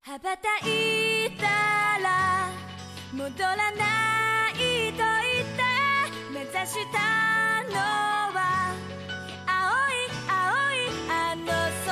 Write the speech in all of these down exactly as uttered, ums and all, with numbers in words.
羽ばたいたら戻らないと言って目指したのは青い青いあの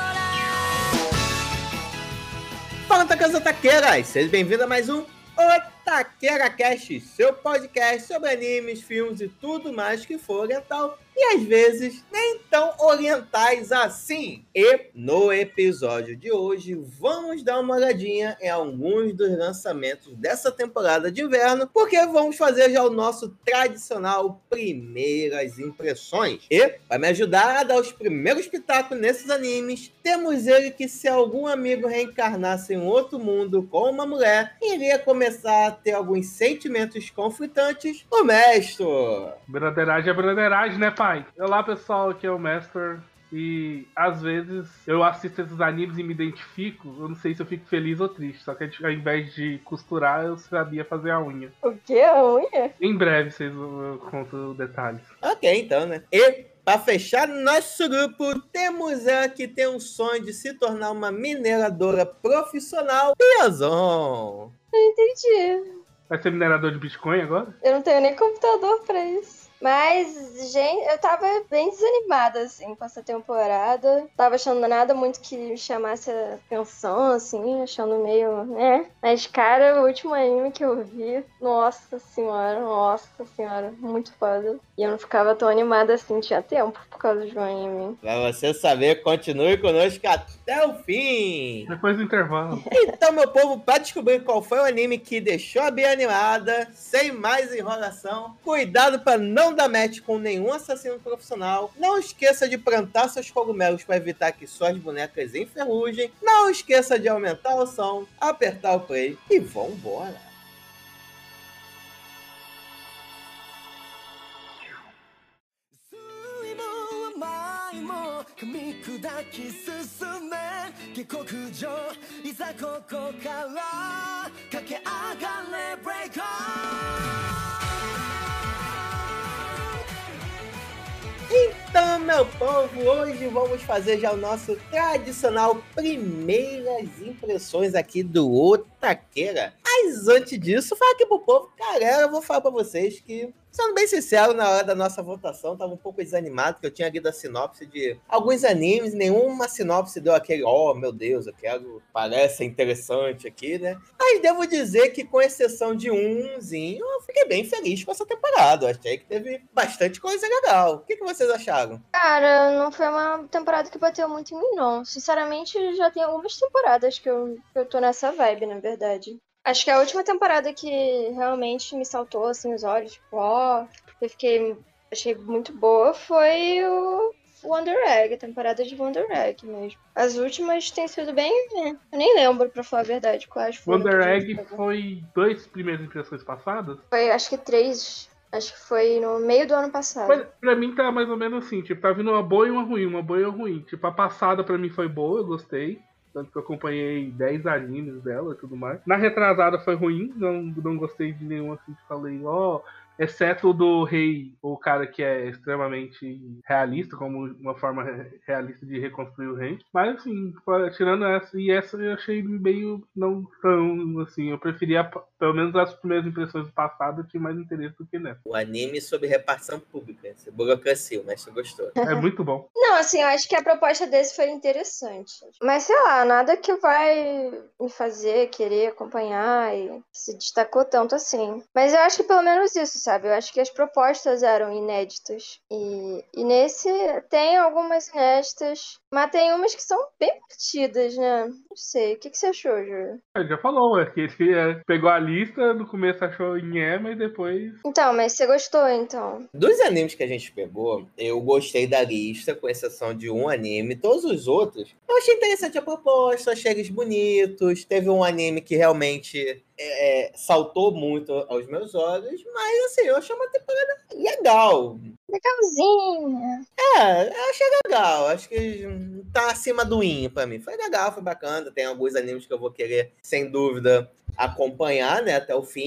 空。 Fala, Taqueiros e Taqueiras! Seja bem-vindo a mais um Otaqueira Cast, seu podcast sobre animes, filmes e tudo mais que for oriental e às vezes nem tão orientais assim. E no episódio de hoje vamos dar uma olhadinha em alguns dos lançamentos dessa temporada de inverno, porque vamos fazer já o nosso tradicional primeiras impressões. E para me ajudar a dar os primeiros pitacos nesses animes, temos ele que, se algum amigo reencarnasse em outro mundo com uma mulher, iria começar a ter alguns sentimentos conflitantes, o Mestre. Broderagem é broderagem, né, pai? Olá, pessoal, aqui é o Mestre. E às vezes eu assisto esses animes e me identifico. Eu não sei se eu fico feliz ou triste. Só que ao invés de costurar, eu sabia fazer a unha. O que? A unha? Em breve vocês eu conto detalhes. Ok, então, né? E para fechar nosso grupo, temos ela que tem um sonho de se tornar uma mineradora profissional, Piazon. Não entendi. Vai ser minerador de Bitcoin agora? Eu não tenho nem computador pra isso. Mas, gente, eu tava bem desanimada, assim, com essa temporada. Tava achando nada muito que me chamasse a atenção, assim, achando meio, né? Mas, cara, o último anime que eu vi, nossa senhora, nossa senhora, muito foda. E eu não ficava tão animada assim, tinha tempo por causa de um anime. Pra você saber, continue conosco até o fim. Depois do intervalo. Então, meu povo, para descobrir qual foi o anime que deixou a Bia animada, sem mais enrolação, cuidado para não dar match com nenhum assassino profissional, não esqueça de plantar seus cogumelos para evitar que suas bonecas enferrujem, não esqueça de aumentar o som, apertar o play e vambora! 噛み砕き進め下克上いざここから駆け上がれ Break Então, meu povo, hoje vamos fazer já o nosso tradicional primeiras impressões aqui do Otaqueira. Mas antes disso, falar aqui pro povo, galera, eu vou falar pra vocês que, sendo bem sincero, na hora da nossa votação, tava um pouco desanimado, porque eu tinha lido a sinopse de alguns animes, nenhuma sinopse deu aquele, ó, oh, meu Deus, eu quero, parece interessante aqui, né? Mas devo dizer que, com exceção de umzinho, eu fiquei bem feliz com essa temporada. Eu achei que teve bastante coisa legal. O que, que vocês acharam? Cara, não foi uma temporada que bateu muito em mim, não. Sinceramente, já tem algumas temporadas que eu, que eu tô nessa vibe, na verdade. Acho que a última temporada que realmente me saltou, assim, os olhos, tipo, ó, eu fiquei, achei muito boa, foi o Wonder Egg, a temporada de Wonder Egg mesmo. As últimas têm sido bem, né? Eu nem lembro, pra falar a verdade, quais foram. Wonder Egg foi dois primeiras impressões passadas? Foi, acho que três, acho que foi no meio do ano passado. Mas pra mim tá mais ou menos assim, tipo, tá vindo uma boa e uma ruim, uma boa e uma ruim. Tipo, a passada pra mim foi boa, eu gostei. Tanto que eu acompanhei dez animes dela e tudo mais. Na retrasada foi ruim, não, não gostei de nenhum assim que falei, ó... Oh, exceto o do rei, o cara que é extremamente realista, como uma forma realista de reconstruir o rei. Mas assim, tirando essa, e essa eu achei meio não tão assim, eu preferia, pelo menos as primeiras impressões do passado, eu tinha mais interesse do que nessa. O anime sobre repartição pública, esse burocracia, mas você gostou. É muito bom. Não, assim, eu acho que a proposta desse foi interessante. Mas sei lá, nada que vai me fazer querer acompanhar e se destacou tanto assim. Mas eu acho que pelo menos isso, sabe? Eu acho que as propostas eram inéditas. E, e nesse tem algumas inéditas, mas tem umas que são bem partidas, né? Não sei. O que, que você achou, Júlio? Ele já falou, é que ele pegou a lista, no começo achou nhé, mas depois... Então, mas você gostou, então? Dos animes que a gente pegou, eu gostei da lista, com exceção de um anime. Todos os outros, eu achei interessante a proposta, achei eles bonitos. Teve um anime que realmente é, saltou muito aos meus olhos, mas assim, eu achei uma temporada legal. Legalzinha. É, eu achei legal. Acho que tá acima do in pra mim. Foi legal, foi bacana. Tem alguns animes que eu vou querer, sem dúvida, acompanhar, né, até o fim.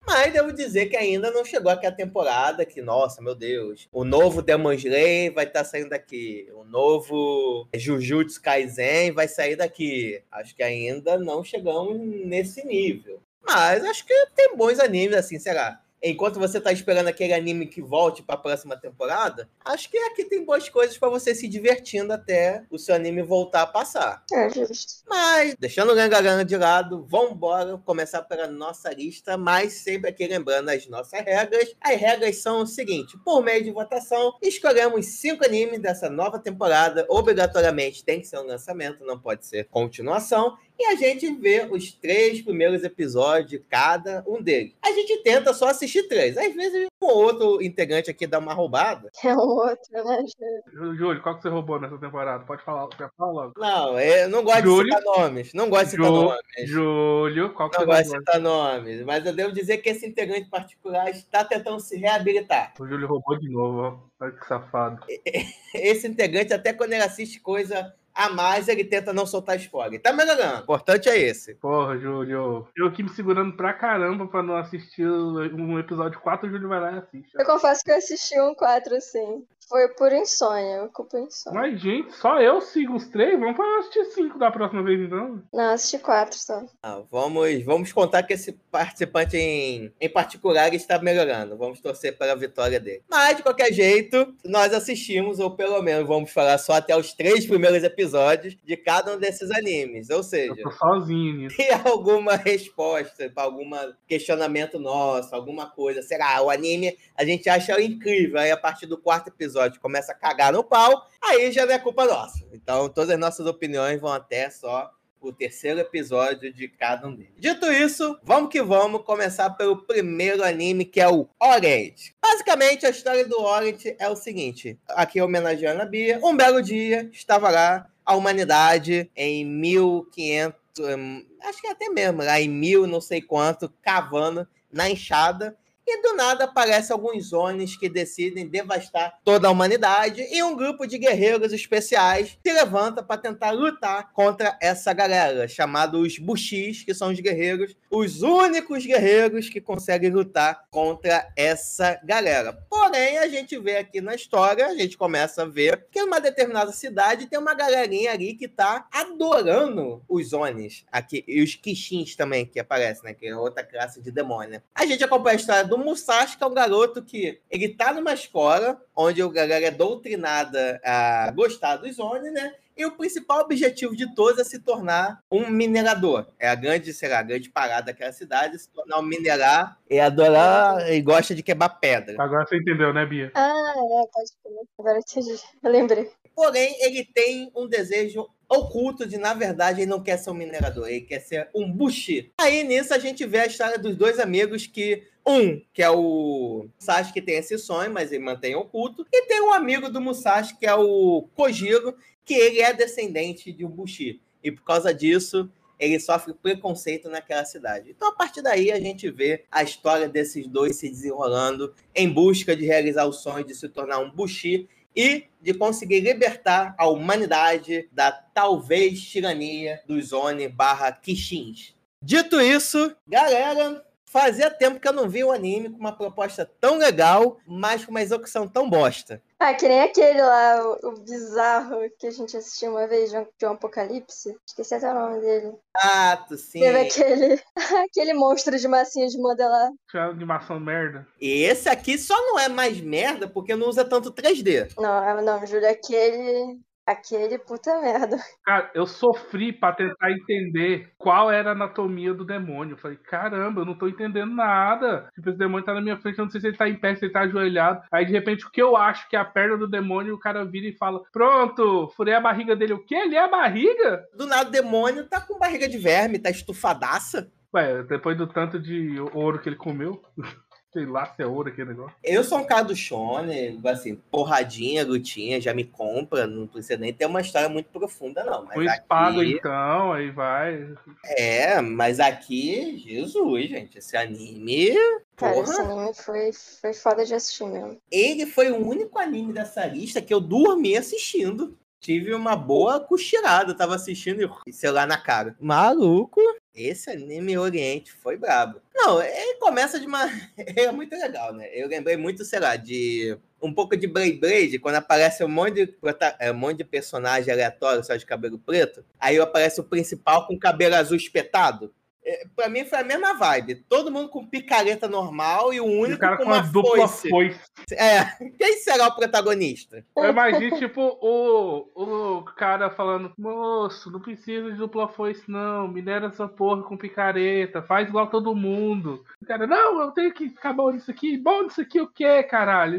Mas devo dizer que ainda não chegou aquela temporada que, nossa, meu Deus, o novo Demon Slayer vai estar saindo daqui, o novo Jujutsu Kaisen vai sair daqui. Acho que ainda não chegamos nesse nível. Mas acho que tem bons animes, assim, será? Enquanto você tá esperando aquele anime que volte para a próxima temporada, acho que aqui tem boas coisas para você se divertindo até o seu anime voltar a passar. É justo. Mas, deixando o Gangaganga de lado, vamos embora começar pela nossa lista, mas sempre aqui lembrando as nossas regras. As regras são o seguinte: por meio de votação, escolhemos cinco animes dessa nova temporada. Obrigatoriamente tem que ser um lançamento, não pode ser continuação. E a gente vê os três primeiros episódios de cada um deles. A gente tenta só assistir três. Às vezes um outro integrante aqui dá uma roubada. É um outro, né? Júlio, qual que você roubou nessa temporada? Pode falar, quer falar logo. Não, eu não gosto Júlio? de citar nomes. Não gosto de citar Jú- nomes. Júlio, qual que Não você gosto de roubou? citar nomes. Mas eu devo dizer que esse integrante particular está tentando se reabilitar. O Júlio roubou de novo, ó. Olha que safado. Esse integrante, até quando ele assiste coisa a mais, ele tenta não soltar spoiler. Tá melhorando. O importante é esse. Porra, Júlio. Eu aqui me segurando pra caramba pra não assistir um episódio quatro, o Júlio vai lá e assiste. Eu confesso que eu assisti um quatro, sim. Foi por insônia, eu culpo insônia. Mas, gente, só eu sigo os três? Vamos pra assistir cinco da próxima vez, então? Não, assisti quatro só. Ah, vamos, vamos contar que esse participante em, em particular está melhorando. Vamos torcer pela vitória dele. Mas, de qualquer jeito, nós assistimos, ou pelo menos vamos falar só até os três primeiros episódios de cada um desses animes. Ou Eu seja, tô sozinho nisso. tem alguma resposta para algum questionamento nosso, alguma coisa. Será? O anime a gente acha incrível. Aí, a partir do quarto episódio, começa a cagar no pau. Aí já não é culpa nossa. Então, todas as nossas opiniões vão até só o terceiro episódio de cada um deles. Dito isso, vamos que vamos começar pelo primeiro anime, que é o Orient. Basicamente, a história do Orient é o seguinte. Aqui homenageando a Bia. Um belo dia, estava lá a humanidade em mil e quinhentos, hum, acho que até mesmo, lá em mil não sei quanto, cavando na enxada. E do nada aparecem alguns Onis que decidem devastar toda a humanidade e um grupo de guerreiros especiais se levanta para tentar lutar contra essa galera, chamados os Bushis, que são os guerreiros, os únicos guerreiros que conseguem lutar contra essa galera. Porém, a gente vê aqui na história, a gente começa a ver que numa determinada cidade tem uma galerinha ali que tá adorando os Onis, aqui, e os Kishins também que aparecem, né, que é outra classe de demônio. A gente acompanha a história do do Musashi, que é um garoto que ele tá numa escola onde a galera é doutrinada a gostar dos Oni, né? E o principal objetivo de todos é se tornar um minerador. É a grande, sei lá, a grande parada daquela cidade, se tornar um minerar e adorar e gosta de quebrar pedra. Agora você entendeu, né, Bia? Ah, é, pode crer. Agora eu entendi. Eu lembrei. Porém, ele tem um desejo oculto de, na verdade, ele não quer ser um minerador, ele quer ser um bushi. Aí, nisso, a gente vê a história dos dois amigos que... Um, que é o Musashi, que tem esse sonho, mas ele mantém oculto. E tem um amigo do Musashi, que é o Kojiro, que ele é descendente de um bushi. E por causa disso, ele sofre preconceito naquela cidade. Então, a partir daí, a gente vê a história desses dois se desenrolando em busca de realizar o sonho de se tornar um bushi e de conseguir libertar a humanidade da talvez tirania dos Oni barra Kishins. Dito isso, galera... Fazia tempo que eu não vi um anime com uma proposta tão legal, mas com uma execução tão bosta. Ah, que nem aquele lá, o, o bizarro que a gente assistiu uma vez de um, de um Apocalipse. Esqueci até o nome dele. Ah, tu sim. Teve aquele, aquele monstro de massinha de modelar. Tinha animação merda. E esse aqui só não é mais merda porque não usa tanto três D. Não, não, Júlio, aquele... Aquele puta merda. Cara, eu sofri pra tentar entender qual era a anatomia do demônio. Eu falei, caramba, eu não tô entendendo nada. Tipo, esse demônio tá na minha frente, eu não sei se ele tá em pé, se ele tá ajoelhado. Aí, de repente, o que eu acho que é a perna do demônio, o cara vira e fala, pronto, furei a barriga dele. O quê? Ele é a barriga? Do nada, o demônio tá com barriga de verme, tá estufadaça. Ué, depois do tanto de ouro que ele comeu... Sei lá se é ouro aquele negócio. Eu sou um cara do shonen, assim, porradinha, lutinha, já me compra, não precisa nem ter uma história muito profunda, não. Mas Com espada, aqui... então, aí vai. É, mas aqui, Jesus, gente, esse anime... Cara, Porra. esse anime foi, foi foda de assistir mesmo. Ele foi o único anime dessa lista que eu dormi assistindo. Tive uma boa cochilada, tava assistindo e celular na cara. Maluco. esse anime Oriente foi brabo. Não, ele começa de uma... é muito legal, né? Eu lembrei muito, sei lá, de... um pouco de Beyblade, quando aparece um monte de, prota... um monte de personagem aleatório, só de cabelo preto, aí aparece o principal com cabelo azul espetado. É, pra mim foi a mesma vibe. Todo mundo com picareta normal e o único E o cara com com uma uma dupla foice. foice. É, quem será o protagonista? Eu imagino, tipo, o, o cara falando, moço, não precisa de dupla foice, não. Minera essa porra com picareta, faz igual todo mundo. O cara, não, eu tenho que ficar bom nisso aqui. Bom nisso aqui o quê, caralho?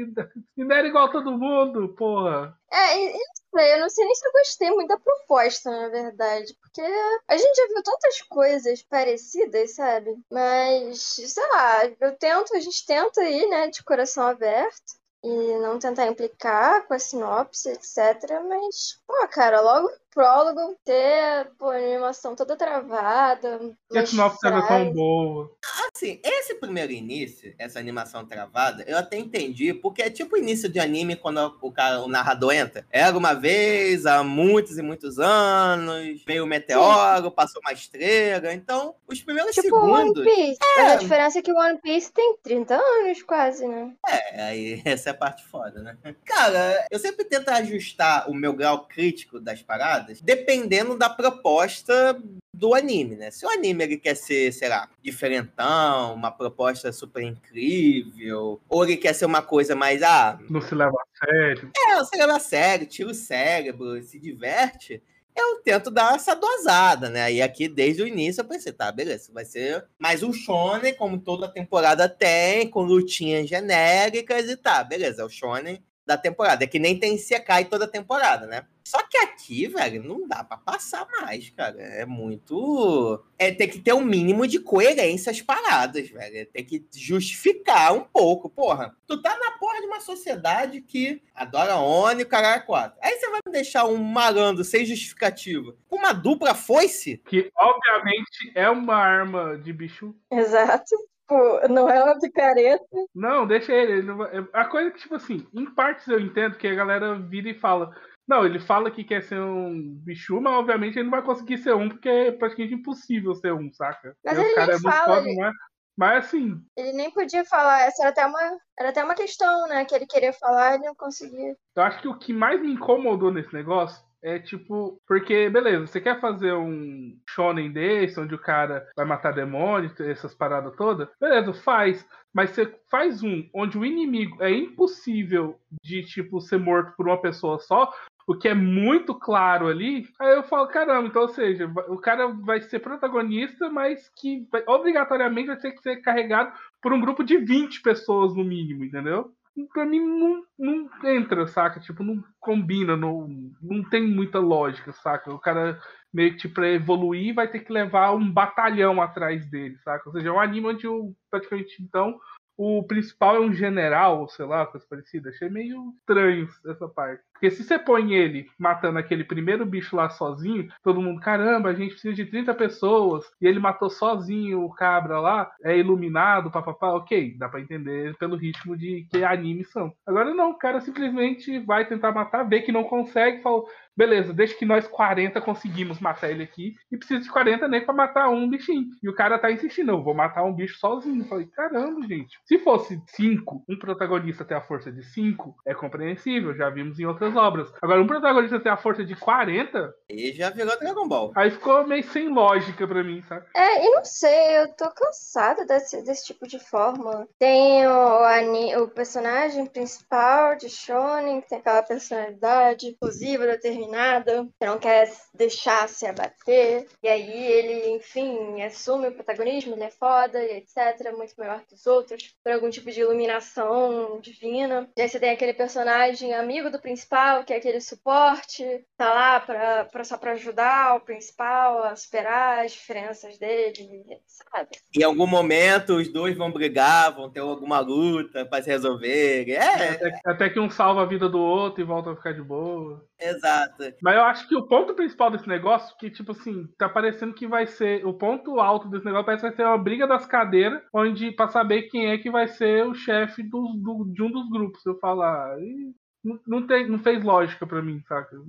Minera igual todo mundo, porra. É, eu não sei, eu não sei nem se eu gostei muito da proposta, na verdade, porque a gente já viu tantas coisas parecidas, sabe? Mas, sei lá, eu tento, a gente tenta ir, né, de coração aberto e não tentar implicar com a sinopse, etcétera. Mas, pô, cara, logo o prólogo ter, pô, a animação toda travada, Que a umas sinopse era tão frases. boa. Assim, esse primeiro início, essa animação travada, eu até entendi, porque é tipo o início de anime quando o, cara, o narrador entra. Era uma vez, há muitos e muitos anos, veio um meteoro, passou uma estrela. Então, os primeiros Tipo One segundos. Piece. Mas a diferença é que o One Piece tem trinta anos quase, né? É, aí essa é a parte foda, né? Cara, eu sempre tento ajustar o meu grau crítico das paradas dependendo da proposta do anime, né? Se o anime ele quer ser, sei lá, diferentão, uma proposta super incrível, ou ele quer ser uma coisa mais, ah, Não se leva a sério. é, você leva a sério, tira o cérebro, se diverte, eu tento dar essa dosada, né? E aqui, desde o início, eu pensei, tá, beleza, vai ser mais um shonen, como toda temporada tem, com lutinhas genéricas e tá, beleza, é o shonen da temporada. É que nem tem Isekai toda temporada, né? Só que aqui, velho, não dá pra passar mais, cara. É muito... É, tem que ter um mínimo de coerência às paradas, velho. Tem que justificar um pouco, porra. Tu tá na porra de uma sociedade que adora Oni e o caralho quatro. Aí você vai me deixar um malandro sem justificativa com uma dupla foice? Que, obviamente, é uma arma de bicho. Exato. Pô, não é uma picareta. Não, deixa ele. ele não vai... A coisa é que, tipo assim, em partes eu entendo que a galera vira e fala. Não, ele fala que quer ser um bicho, mas obviamente ele não vai conseguir ser um, porque é praticamente impossível ser um, saca? Mas E os ele caras nem é muito fala, foda, ele, mas, mas assim, ele nem podia falar. Essa era até uma, era até uma questão, né? Que ele queria falar e não conseguia. eu acho que o que mais me incomodou nesse negócio é tipo, porque, beleza, você quer fazer um shonen desse, onde o cara vai matar demônios, essas paradas todas, beleza, faz. Mas você faz um onde o inimigo é impossível de, tipo, ser morto por uma pessoa só, o que é muito claro ali, aí eu falo, caramba, então, ou seja, o cara vai ser protagonista, mas que vai, obrigatoriamente vai ter que ser carregado por um grupo de vinte pessoas no mínimo, entendeu? Pra mim não, não entra, saca? Tipo, não combina, não, não tem muita lógica, saca? O cara meio que, tipo, pra evoluir, vai ter que levar um batalhão atrás dele, saca? Ou seja, é um anime onde o, praticamente, então, o principal é um general, sei lá, coisa parecida. Achei meio estranho essa parte. Porque se você põe ele matando aquele primeiro bicho lá sozinho, todo mundo, caramba, a gente precisa de trinta pessoas, e ele matou sozinho o cabra lá, é iluminado, papapá, ok, dá pra entender pelo ritmo de que animes são. Agora não, o cara simplesmente vai tentar matar, vê que não consegue, fala, beleza, deixa que nós quarenta conseguimos matar ele aqui, e precisa de quarenta nem pra matar um bichinho. E o cara tá insistindo, eu vou matar um bicho sozinho. Eu falei, caramba, gente. Se fosse cinco, um protagonista ter a força de cinco, é compreensível, já vimos em outras obras. Agora, um protagonista ter a força de quarenta, E já virou Dragon Ball. aí ficou meio sem lógica pra mim, sabe? É, e não sei, eu tô cansada desse, desse tipo de fórmula. Tem o, ani- o personagem principal de Shonen, que tem aquela personalidade explosiva, determinada, que não quer deixar se abater. E aí ele, enfim, assume o protagonismo, ele é foda, e etcétera, muito melhor que os outros, por algum tipo de iluminação divina. E aí você tem aquele personagem amigo do principal, que é aquele suporte, tá lá pra, pra, só pra ajudar o principal a superar as diferenças dele, sabe? Em algum momento, os dois vão brigar, vão ter alguma luta pra se resolver. É, Até, até que um salva a vida do outro e volta a ficar de boa. exato. Mas eu acho que o ponto principal desse negócio, que, tipo assim, tá parecendo que vai ser. O ponto alto desse negócio parece que vai ser uma briga das cadeiras, onde pra saber quem é que vai ser o chefe do, do, de um dos grupos. Eu falar. Não, não, tem, não fez lógica pra mim, saca? Não,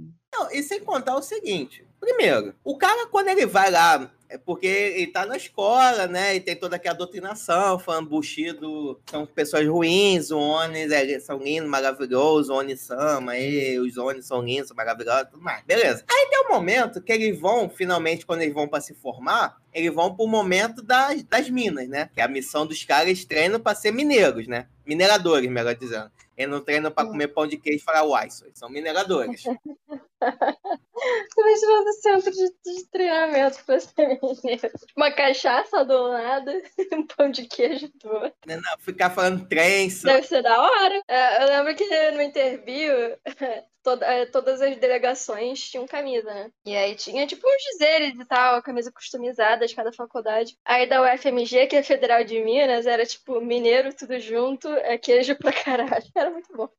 Não, e sem contar o seguinte. Primeiro, o cara, quando ele vai lá, é porque ele tá na escola, né? E tem toda aquela doutrinação, falando Bushido, são pessoas ruins, os Onis é, são lindos, maravilhosos, os Onis são, aí os Onis são lindos, maravilhosos, tudo mais. Beleza. Aí tem um momento que eles vão, finalmente, quando eles vão pra se formar, eles vão pro momento das, das minas, né? Que é a missão dos caras, eles treinam pra ser mineiros, né? Mineradores, melhor dizendo. Eles não treinam pra comer pão de queijo e falar uai, são mineradores. Talvez no centro de, de treinamento pra ser mineiro. Uma cachaça do nada, um pão de queijo do outro. Não, não, ficar falando trença. Deve ser da hora. É, eu lembro que no interview, toda, todas as delegações tinham camisa, né? E aí tinha tipo uns dizeres e tal, camisa customizada de cada faculdade. Aí da U F M G, que é Federal de Minas, era tipo mineiro tudo junto, é queijo pra caralho. Era muito bom.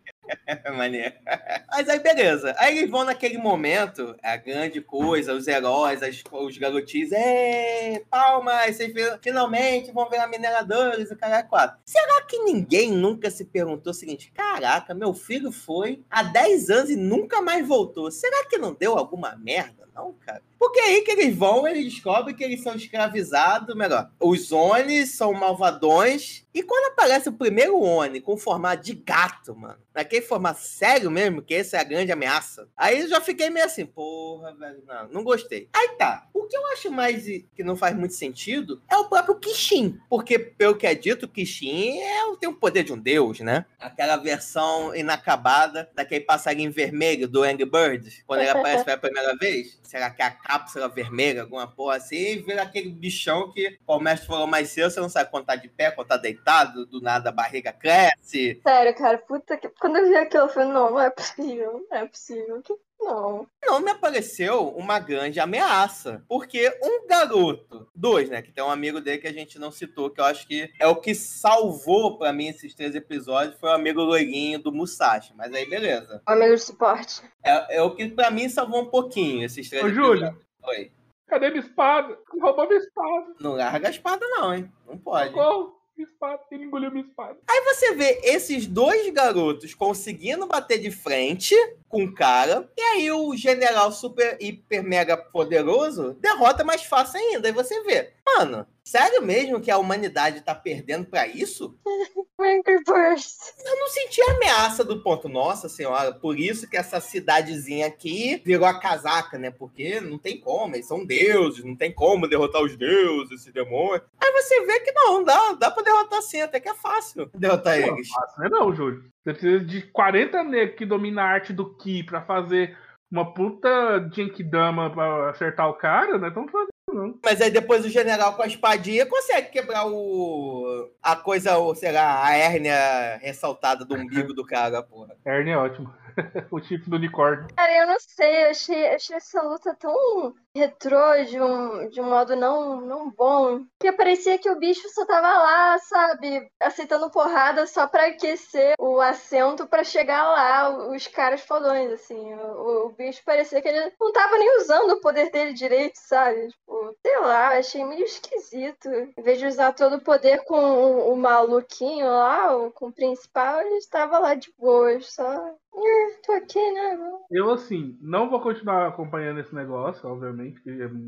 Maneiro. Mas aí, beleza. Aí eles vão naquele momento, a grande coisa, os heróis, as, os garotinhos, é, palmas, vocês finalmente vão ver a mineradores, o cara é quatro. Será que ninguém nunca se perguntou o seguinte, caraca, meu filho foi há dez anos e nunca mais voltou. Será que não deu alguma merda, não, cara? Porque aí que eles vão, eles descobrem que eles são escravizados, melhor. Os Onis são malvadões. E quando aparece o primeiro Oni com formato de gato, mano, naquele formato sério mesmo, que essa é a grande ameaça, aí eu já fiquei meio assim, porra, velho, não, não gostei. Aí tá, o que eu acho mais que não faz muito sentido é o próprio Kishin. Porque, pelo que é dito, o Kishin é, tem o poder de um deus, né? Aquela versão inacabada daquele passarinho vermelho do Angry Birds, quando ele aparece pela primeira vez. Será que é a cápsula vermelha, alguma porra assim, e vira aquele bichão que, como o mestre falou mais cedo, você não sabe quando tá de pé, quando tá deitado, do nada a barriga cresce. Sério, cara, puta que... Quando eu vi aquilo, eu falei, não, não é possível, não é possível. Que... Não. Não me apareceu uma grande ameaça. Porque um garoto, dois, né? Que tem um amigo dele que a gente não citou, que eu acho que é o que salvou pra mim esses três episódios, foi o amigo loirinho do Musashi. Mas aí, beleza. O amigo de suporte. É, é o que pra mim salvou um pouquinho esses três Ô, episódios. Júlio. Oi. Cadê minha espada? Roubou minha espada. Não larga a espada não, hein? Não pode. Socorro. Minha espada. Ele engoliu minha espada. Aí você vê esses dois garotos conseguindo bater de frente com o cara, e aí o general super, hiper, mega poderoso derrota mais fácil ainda. Aí você vê, mano, sério mesmo que a humanidade tá perdendo pra isso? Angry Birds. Eu não senti a ameaça do ponto, nossa senhora, por isso que essa cidadezinha aqui virou a casaca, né? Porque não tem como, eles são deuses, não tem como derrotar os deuses, esse demônio. Aí você vê que não, dá, dá pra derrotar sim, até que é fácil derrotar Não, eles. fácil, não é não, Júlio. Você precisa de quarenta negros que dominam a arte do Ki pra fazer uma puta Genkidama pra acertar o cara, não é tão fácil, não. Mas aí depois o general com a espadinha consegue quebrar o... a coisa, ou sei lá, a hérnia ressaltada do umbigo do cara, porra. Erne é ótimo. O chifre do unicórnio. Cara, eu não sei, eu achei, achei essa luta tão retrô de um, de um modo não, não bom, que parecia que o bicho só tava lá, sabe, aceitando porrada só pra aquecer o assento pra chegar lá, os caras fodões, assim. O, o bicho parecia que ele não tava nem usando o poder dele direito, sabe? Tipo, sei lá, achei meio esquisito. Em vez de usar todo o poder com o, o maluquinho lá, o, com o principal, ele estava lá de boas, só... Tô aqui, né? Eu, assim, não vou continuar acompanhando esse negócio, obviamente.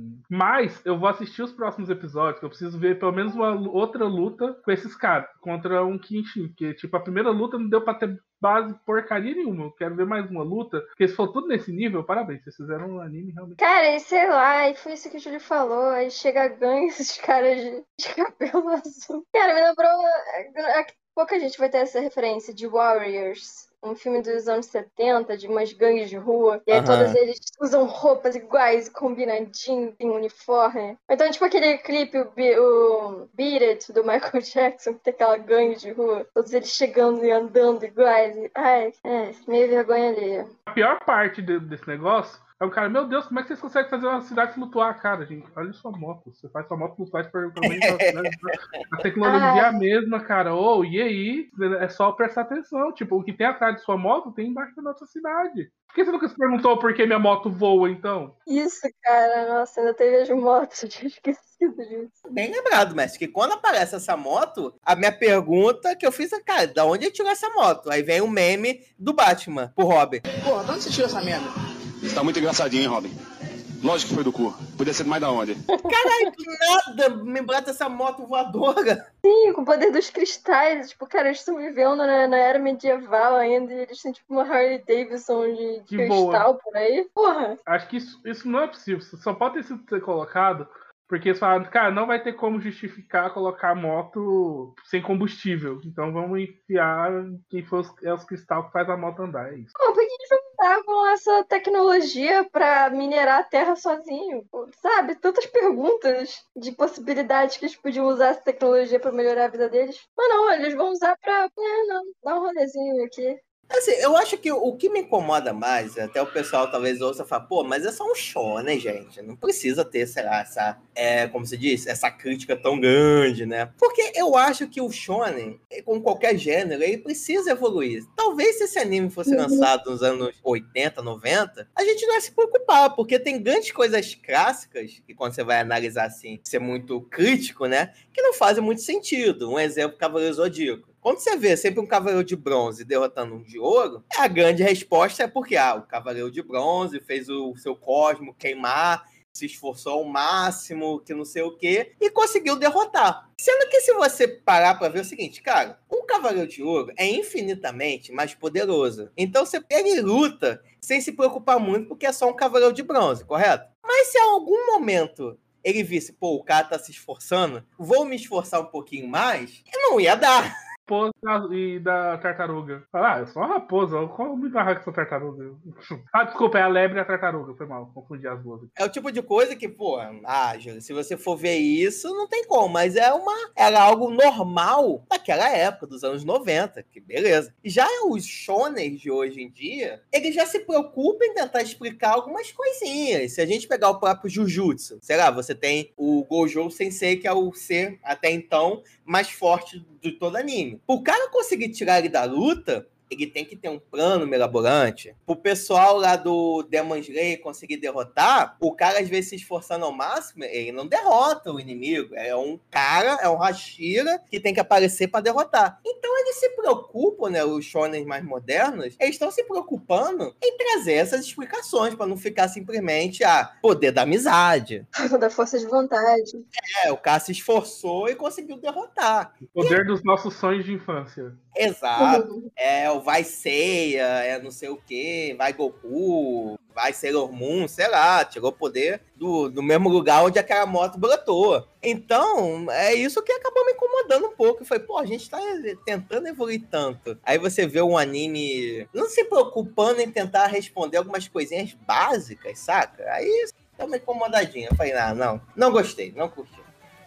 Mas eu vou assistir os próximos episódios, que eu preciso ver pelo menos uma outra luta com esses caras, contra um Kenshin. Porque, tipo, a primeira luta não deu pra ter base porcaria nenhuma. Eu quero ver mais uma luta. Porque se for tudo nesse nível, parabéns. Vocês fizeram um anime realmente. Cara, e sei lá, e foi isso que o Júlio falou. Aí chega ganho esses caras de, de cabelo azul. Cara, me lembrou. Pouca gente vai ter essa referência de Warriors. Um filme dos anos setenta, de umas gangues de rua. E aí Aham. todos eles usam roupas iguais, combinadinho, em uniforme. Então, tipo aquele clipe, o, Be- o Beat It, do Michael Jackson, que tem aquela gangue de rua. Todos eles chegando e andando iguais. E, ai, é, meio vergonha ali. A pior parte de- desse negócio é o cara, meu Deus, como é que vocês conseguem fazer uma cidade flutuar? Cara, gente, olha sua moto. Você faz sua moto flutuar por a tecnologia é a mesma, cara. Ô, oh, e aí? É só prestar atenção. Tipo, o que tem atrás de sua moto tem embaixo da nossa cidade. Por que você nunca se perguntou por que minha moto voa, então? Isso, cara, nossa, ainda teve as motos, eu tinha esquecido disso. Bem lembrado, mestre, que quando aparece essa moto, a minha pergunta que eu fiz é, cara, da onde ele tirou essa moto? Aí vem o meme do Batman, pro Robin. Pô, de onde você tirou essa merda? Você tá muito engraçadinho, hein, Robin? Lógico que foi do cu. Podia ser mais da onde? Caralho, do nada me brota essa moto voadora. Sim, com o poder dos cristais. Tipo, cara, eles estão vivendo na, na era medieval ainda e eles têm tipo uma Harley Davidson de, de Que cristal boa. por aí. Porra. Acho que isso, isso não é possível. Só pode ter sido ter colocado porque eles falaram, cara, não vai ter como justificar colocar a moto sem combustível. Então vamos enfiar que foi os, é os cristais que faz a moto andar. É isso. Pô, por que eles não usavam essa tecnologia pra minerar a terra sozinho? Pô, sabe? Tantas perguntas de possibilidades que eles podiam usar essa tecnologia pra melhorar a vida deles. Mas não, eles vão usar pra. É, não, dar um rolezinho aqui. Assim, eu acho que o que me incomoda mais, até o pessoal talvez ouça e fala, pô, mas é só um shonen, gente. Não precisa ter, sei lá, essa, é, como se diz, essa crítica tão grande, né? Porque eu acho que o shonen, com qualquer gênero, ele precisa evoluir. Talvez se esse anime fosse lançado nos anos oitenta, noventa, a gente não ia se preocupar, porque tem grandes coisas clássicas, que quando você vai analisar assim, ser muito crítico, né? Que não fazem muito sentido. Um exemplo, Cavaleiro Zodíaco. Quando você vê sempre um cavaleiro de bronze derrotando um de ouro, a grande resposta é porque ah, o cavaleiro de bronze fez o seu cosmo queimar, se esforçou ao máximo, que não sei o quê, e conseguiu derrotar. Sendo que se você parar para ver o seguinte, cara, um cavaleiro de ouro é infinitamente mais poderoso. Então você pega e luta sem se preocupar muito porque é só um cavaleiro de bronze, correto? Mas se em algum momento ele visse, pô, o cara tá se esforçando, vou me esforçar um pouquinho mais, não ia dar. Raposa e da tartaruga. Ah, eu sou uma raposa, eu como me barrar com essa tartaruga. Ah, desculpa, é a lebre e a tartaruga, foi mal, confundi as duas. É o tipo de coisa que, pô, ah, Júlio, se você for ver isso, não tem como, mas é uma, era algo normal daquela época, dos anos noventa, que beleza. Já os shonens de hoje em dia, eles já se preocupam em tentar explicar algumas coisinhas. Se a gente pegar o próprio Jujutsu, sei lá, você tem o Gojo Sensei, que é o ser, até então, mais forte de todo anime. O cara conseguir tirar ele da luta, ele tem que ter um plano mirabolante. O pessoal lá do Demon Slayer conseguir derrotar, o cara às vezes se esforçando ao máximo, ele não derrota o inimigo. É um cara, é um Hashira que tem que aparecer para derrotar. Então eles se preocupam, né, os shonens mais modernos, eles estão se preocupando em trazer essas explicações para não ficar simplesmente a ah, poder da amizade. Da força de vontade. É, o cara se esforçou e conseguiu derrotar. O poder e... dos nossos sonhos de infância. Exato. Uhum. É o vai Seiya, é não sei o que, vai Goku, vai Sailor Moon, sei lá, tirou poder do, do mesmo lugar onde aquela moto brotou. Então, é isso que acabou me incomodando um pouco. Foi, pô, a gente tá tentando evoluir tanto. Aí você vê um anime não se preocupando em tentar responder algumas coisinhas básicas, saca? Aí dá uma incomodadinha. Eu falei, ah, não, não gostei, não curti.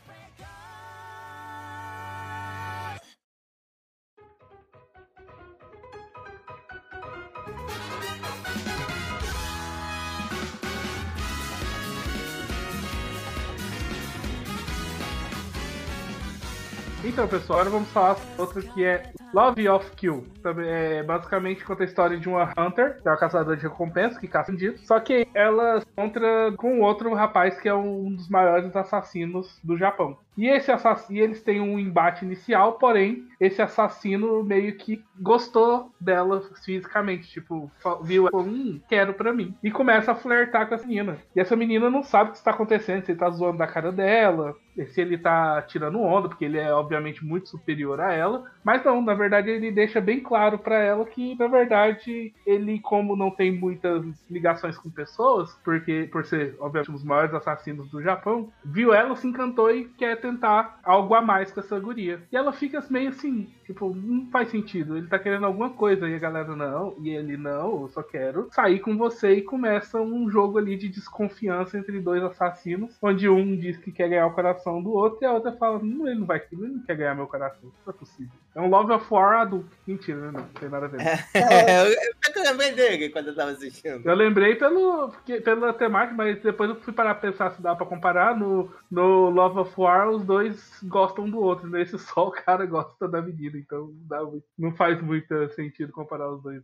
Então, pessoal, agora vamos falar sobre outra que é Love of Kill. Também é, basicamente conta a história de uma Hunter, que é uma caçadora de recompensa, que caça bandidos. Só que ela se encontra com outro rapaz que é um dos maiores assassinos do Japão. E esse assassino, eles têm um embate inicial, porém, esse assassino meio que gostou dela fisicamente. Tipo, viu ela, hum, quero pra mim. E começa a flertar com essa menina. E essa menina não sabe o que está acontecendo, se ele tá zoando da cara dela, se ele tá tirando onda, porque ele é obviamente muito superior a ela. Mas não, na verdade ele deixa bem claro pra ela que, na verdade, ele, como não tem muitas ligações com pessoas, porque por ser, obviamente, um dos maiores assassinos do Japão, viu ela, se encantou e quer tentar algo a mais com essa guria. E ela fica meio assim, tipo, não faz sentido, ele tá querendo alguma coisa, e a galera não, e ele não, eu só quero sair com você, e começa um jogo ali de desconfiança entre dois assassinos, onde um diz que quer ganhar o coração do outro, e a outra fala, não, ele não vai, ele não quer ganhar meu coração, não é possível. É um Love of War adulto. Mentira, né? Não, não tem nada a ver. É, eu, eu lembrei dele quando eu tava assistindo. Eu lembrei pelo, porque, pela temática, mas depois eu fui parar pra pensar se dá pra comparar. No, no Love of War, os dois gostam um do outro. Nesse só o cara gosta da menina, então não, dá muito, não faz muito sentido comparar os dois, não.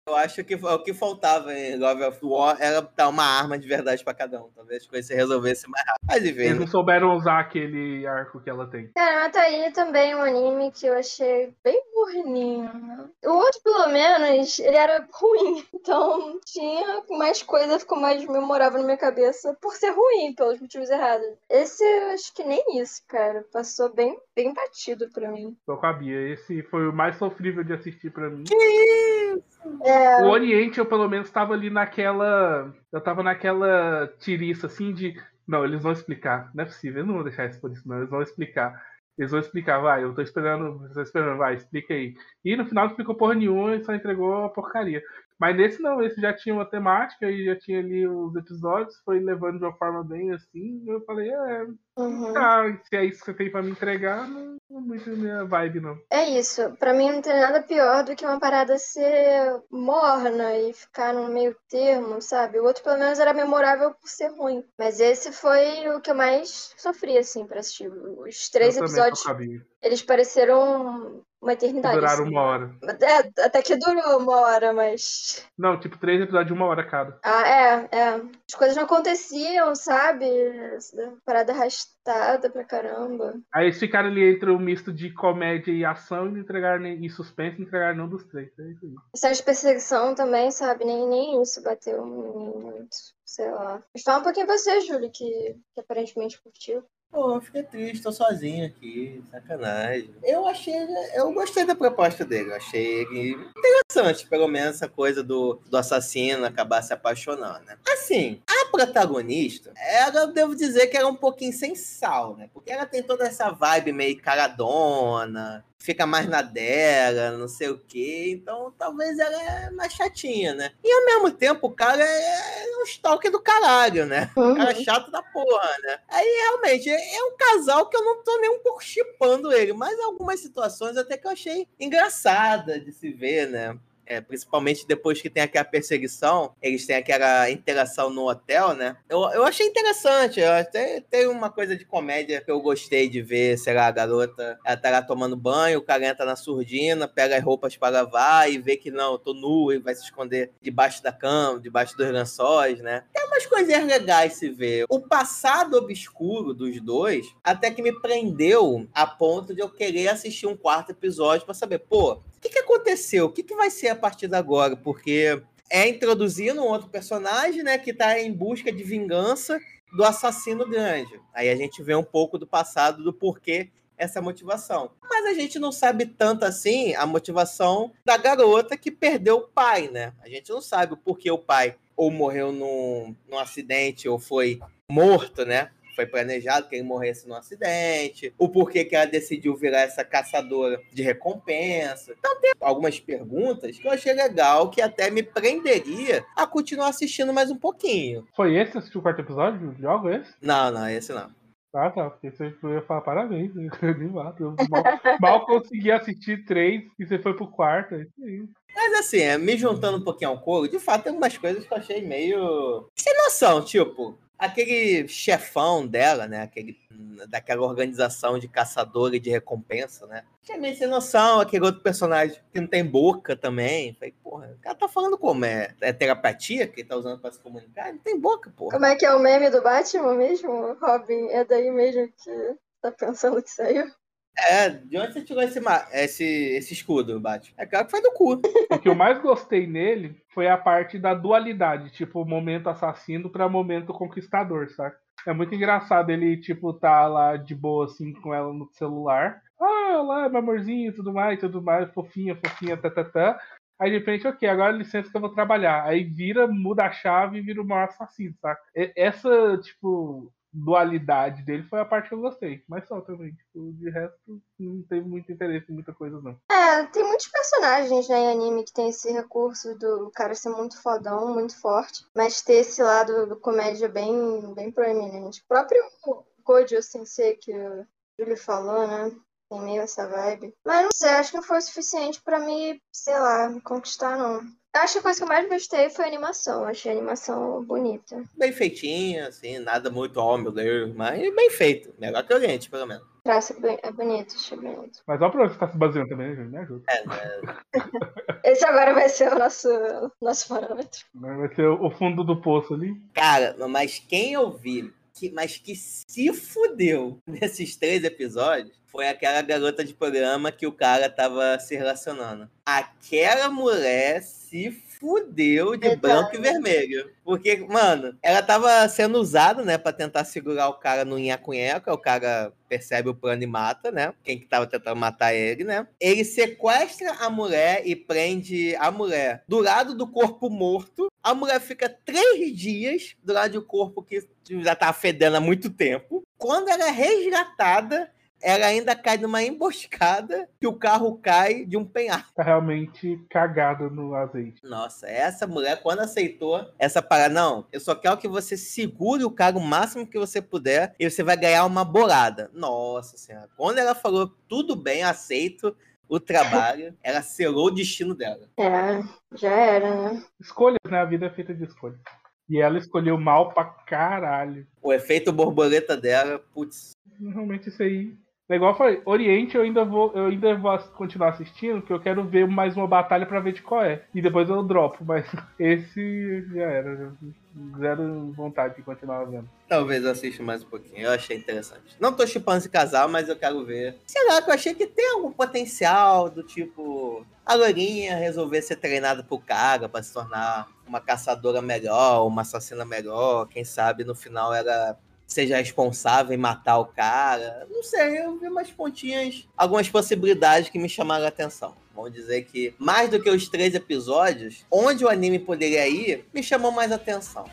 Eu acho que o que faltava em God of War era dar uma arma de verdade pra cada um. Talvez as coisas se resolvessem mais rápido. Mas enfim, Eles né? não souberam usar aquele arco que ela tem. Cara, mas tá aí também um anime que eu achei bem morninho. Né? O outro, pelo menos, ele era ruim. Então tinha mais coisa, ficou mais memorável na minha cabeça por ser ruim, pelos motivos errados. Esse, eu acho que nem isso, cara. Passou bem, bem batido pra mim. Tô com a Bia. Esse foi o mais sofrível de assistir pra mim. Que isso? É, O Oriente, eu pelo menos tava ali naquela. Eu tava naquela tiriça assim de. Não, eles vão explicar. Não é possível, eles não vão deixar isso por isso, não. Eles vão explicar. Eles vão explicar, vai, eu tô esperando, eu tô esperando, vai, explica aí. E no final não explicou porra nenhuma e só entregou a porcaria. Mas nesse não, esse já tinha uma temática e já tinha ali os episódios, foi levando de uma forma bem assim. E eu falei, é, uhum. tá, se é isso que você tem pra me entregar, não é muito minha vibe, não. É isso. Pra mim não tem nada pior do que uma parada ser morna e ficar no meio termo, sabe? O outro, pelo menos, era memorável por ser ruim. Mas esse foi o que eu mais sofri, assim, pra assistir. Os três Eu também tô episódios, com a Bia. eles pareceram uma Que eternidade. duraram assim. uma hora. É, até que durou uma hora, mas. Não, tipo, três episódios de uma hora cada. Ah, é, é. As coisas não aconteciam, sabe? Essa parada arrastada pra caramba. Aí eles ficaram ali entre o misto de comédia e ação e não entregaram nem, e suspense e não entregaram nenhum dos três. É isso aí. Essa de perseguição também, sabe? Nem, nem isso bateu em mim muito. Sei lá. Mas fala um pouquinho você, Júlio, que, que aparentemente curtiu. Pô, eu fiquei triste, tô sozinho aqui, sacanagem. Eu achei, eu gostei da proposta dele, eu achei ele interessante, pelo menos essa coisa do, do assassino acabar se apaixonando, né? Assim, a protagonista, ela, eu devo dizer que era um pouquinho sem sal, né? Porque ela tem toda essa vibe meio caradona, fica mais na dela, não sei o quê, então talvez ela é mais chatinha, né? E ao mesmo tempo o cara é um stalker do caralho, né? O cara é chato da porra, né? Aí realmente é um casal que eu não tô nem um pouco chipando ele, mas algumas situações até que eu achei engraçada de se ver, né? É, principalmente depois que tem aquela perseguição, eles têm aquela interação no hotel, né? Eu, eu achei interessante, eu até tem uma coisa de comédia que eu gostei de ver, sei lá, a garota, ela tá lá tomando banho, o cara entra na surdina, pega as roupas para lavar e vê que não, eu tô nu e vai se esconder debaixo da cama, debaixo dos lençóis, né? Tem umas coisinhas legais se ver. O passado obscuro dos dois até que me prendeu a ponto de eu querer assistir um quarto episódio para saber, pô, o que, que aconteceu? O que, que vai ser a partir de agora? Porque é introduzindo um outro personagem, né, que está em busca de vingança do assassino grande. Aí a gente vê um pouco do passado, do porquê essa motivação. Mas a gente não sabe tanto assim a motivação da garota que perdeu o pai, né? A gente não sabe o porquê o pai ou morreu num, num acidente ou foi morto, né? Foi planejado que ele morresse num acidente, o porquê que ela decidiu virar essa caçadora de recompensa. Então tem algumas perguntas que eu achei legal, que até me prenderia a continuar assistindo mais um pouquinho. Foi esse? Assistiu o quarto episódio de jogo, esse? Não, não, esse não. Ah, tá, porque você ia falar parabéns, eu nem mato. Eu mal, mal consegui assistir três e você foi pro quarto, é isso aí. Mas assim, me juntando um pouquinho ao coro, de fato tem algumas coisas que eu achei meio sem noção, tipo, aquele chefão dela, né, aquele, daquela organização de caçadora e de recompensa, né, achei meio sem noção, aquele outro personagem que não tem boca também, falei, porra, o cara tá falando como? É, é telepatia que ele tá usando pra se comunicar? Não tem boca, porra. Como é que é o meme do Batman mesmo, Robin? É daí mesmo que tá pensando que saiu? É, de onde você tirou esse, esse, esse escudo, Batman? É claro que foi do cu. O que eu mais gostei nele foi a parte da dualidade, tipo, momento assassino pra momento conquistador, sabe? É muito engraçado ele, tipo, tá lá de boa, assim, com ela no celular. Ah, lá, meu amorzinho e tudo mais, tudo mais, fofinha, fofinha, tatatá. Aí de repente, ok, agora licença que eu vou trabalhar. Aí vira, muda a chave e vira o maior assassino, saca? Essa, tipo, dualidade dele foi a parte que eu gostei. Mas só também, tipo, de resto, não teve muito interesse em muita coisa, não. É, tem muitos personagens, né, em anime que tem esse recurso do cara ser muito fodão, muito forte, mas ter esse lado do comédia bem, bem proeminente. O próprio Gojo Sensei que o Júlio falou, né? Tem meio essa vibe. Mas não sei, acho que não foi o suficiente pra me, sei lá, me conquistar, não. Eu acho que a coisa que eu mais gostei foi a animação. Achei a animação bonita. Bem feitinho, assim, nada muito, oh meu Deus, mas bem feito. Melhor que o Oriente, pelo menos. Traço é bonito, achei bonito. Mas olha pra onde você tá se baseando também, né, Júlio? Me ajuda. É, né? Esse agora vai ser o nosso, nosso parâmetro. Vai ser o fundo do poço ali. Cara, mas quem eu vi, que, mas que se fudeu nesses três episódios, foi aquela garota de programa que o cara tava se relacionando. Aquela mulher se fudeu de Eita. branco e vermelho. Porque, mano, ela tava sendo usada, né, pra tentar segurar o cara no nhaco-nhaco. O cara percebe o plano e mata, né? Quem que tava tentando matar ele, né? Ele sequestra a mulher e prende a mulher do lado do corpo morto. A mulher fica três dias do lado do corpo que já tá fedendo há muito tempo. Quando ela é resgatada, ela ainda cai numa emboscada que o carro cai de um penhasco. Tá realmente cagada no azeite. Nossa, essa mulher, quando aceitou essa parada, não, eu só quero que você segure o cara o máximo que você puder e você vai ganhar uma bolada. Nossa senhora, quando ela falou, tudo bem, aceito o trabalho, ela selou o destino dela. É, já era, né? Escolhas, né? A vida é feita de escolhas. E ela escolheu mal pra caralho. O efeito borboleta dela, putz. Realmente isso aí. É igual eu falei, Oriente eu ainda vou, eu ainda vou continuar assistindo, porque eu quero ver mais uma batalha pra ver de qual é. E depois eu dropo, mas esse já era. Zero vontade de continuar vendo. Talvez eu assista mais um pouquinho, eu achei interessante. Não tô chipando esse casal, mas eu quero ver. Sei lá, que eu achei que tem algum potencial do tipo... A loirinha resolver ser treinada pro cara pra se tornar uma caçadora melhor, uma assassina melhor. Quem sabe no final ela seja responsável em matar o cara. Não sei, eu vi umas pontinhas, algumas possibilidades que me chamaram a atenção. Vamos dizer que, mais do que os três episódios, onde o anime poderia ir, me chamou mais atenção.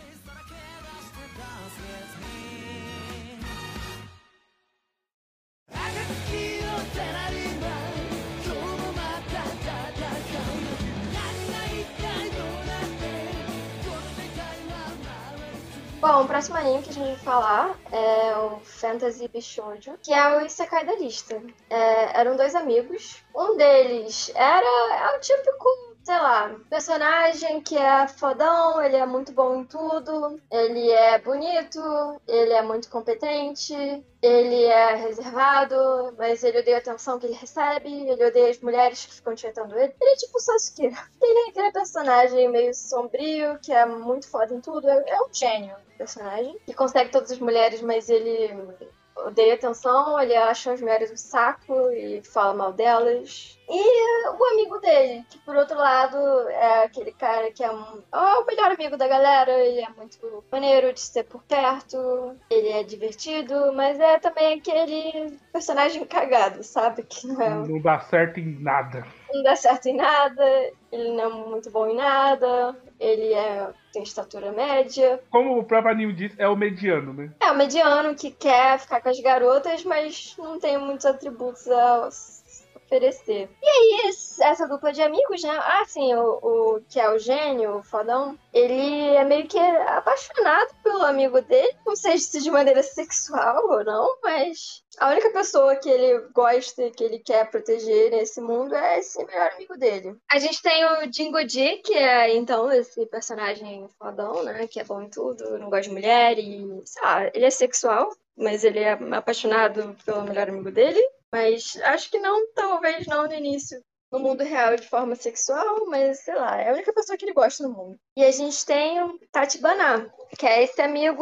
Bom, o próximo anime que a gente vai falar é o Fantasy Bishoujo, que é o Isekai da lista. É, eram dois amigos. Um deles era é o típico, sei lá, personagem que é fodão, ele é muito bom em tudo, ele é bonito, ele é muito competente, ele é reservado, mas ele odeia a atenção que ele recebe, ele odeia as mulheres que ficam tietando ele. Ele é tipo o Sasuke. Ele é aquele personagem meio sombrio, que é muito foda em tudo, é, é um gênio. Personagem que consegue todas as mulheres, mas ele odeia atenção, ele acha as mulheres um saco e fala mal delas. E o amigo dele, que por outro lado é aquele cara que é, um, é o melhor amigo da galera, ele é muito maneiro de ser por perto, ele é divertido, mas é também aquele personagem cagado, sabe? Que não, é, Não dá certo em nada. Não dá certo em nada, ele não é muito bom em nada, ele é, tem estatura média. Como o próprio anime diz, é o mediano, né? É o mediano que quer ficar com as garotas, mas não tem muitos atributos a oferecer. E aí, essa dupla de amigos, né? Ah, sim, o, o que é o gênio, o fodão, ele é meio que apaixonado pelo amigo dele. Não sei se de maneira sexual ou não, mas a única pessoa que ele gosta e que ele quer proteger nesse mundo é esse melhor amigo dele. A gente tem o Jingoji, que é, então, esse personagem fodão, né? Que é bom em tudo, não gosta de mulher e, sei lá, ele é sexual, mas ele é apaixonado pelo melhor amigo dele. Mas acho que não, talvez não no início, no mundo real de forma sexual, mas sei lá, é a única pessoa que ele gosta no mundo. E a gente tem o Tachibana, que é esse amigo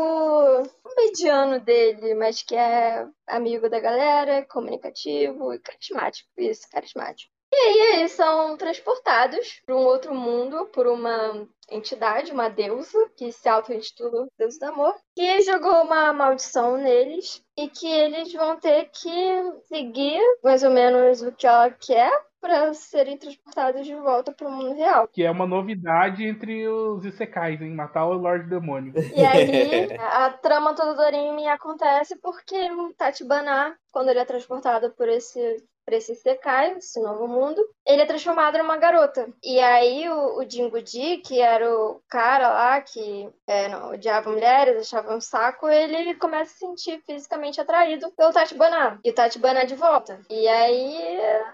mediano dele, mas que é amigo da galera, comunicativo e carismático. Isso, carismático. E aí eles são transportados para um outro mundo por uma entidade, uma deusa, que se auto-intitula Deus do Amor, que jogou uma maldição neles e que eles vão ter que seguir mais ou menos o que ela quer para serem transportados de volta para o mundo real. Que é uma novidade entre os isekais, hein? Matar o Lorde Demônio. E aí, a trama toda do anime acontece porque o Tachibana, quando ele é transportado por esse... pra esse Isekai, esse novo mundo, ele é transformado numa garota. E aí o, o Jingoji, que era o cara lá que é, não, odiava mulheres, achava um saco, ele começa a se sentir fisicamente atraído pelo Tachibana. E o Tachibana de volta. E aí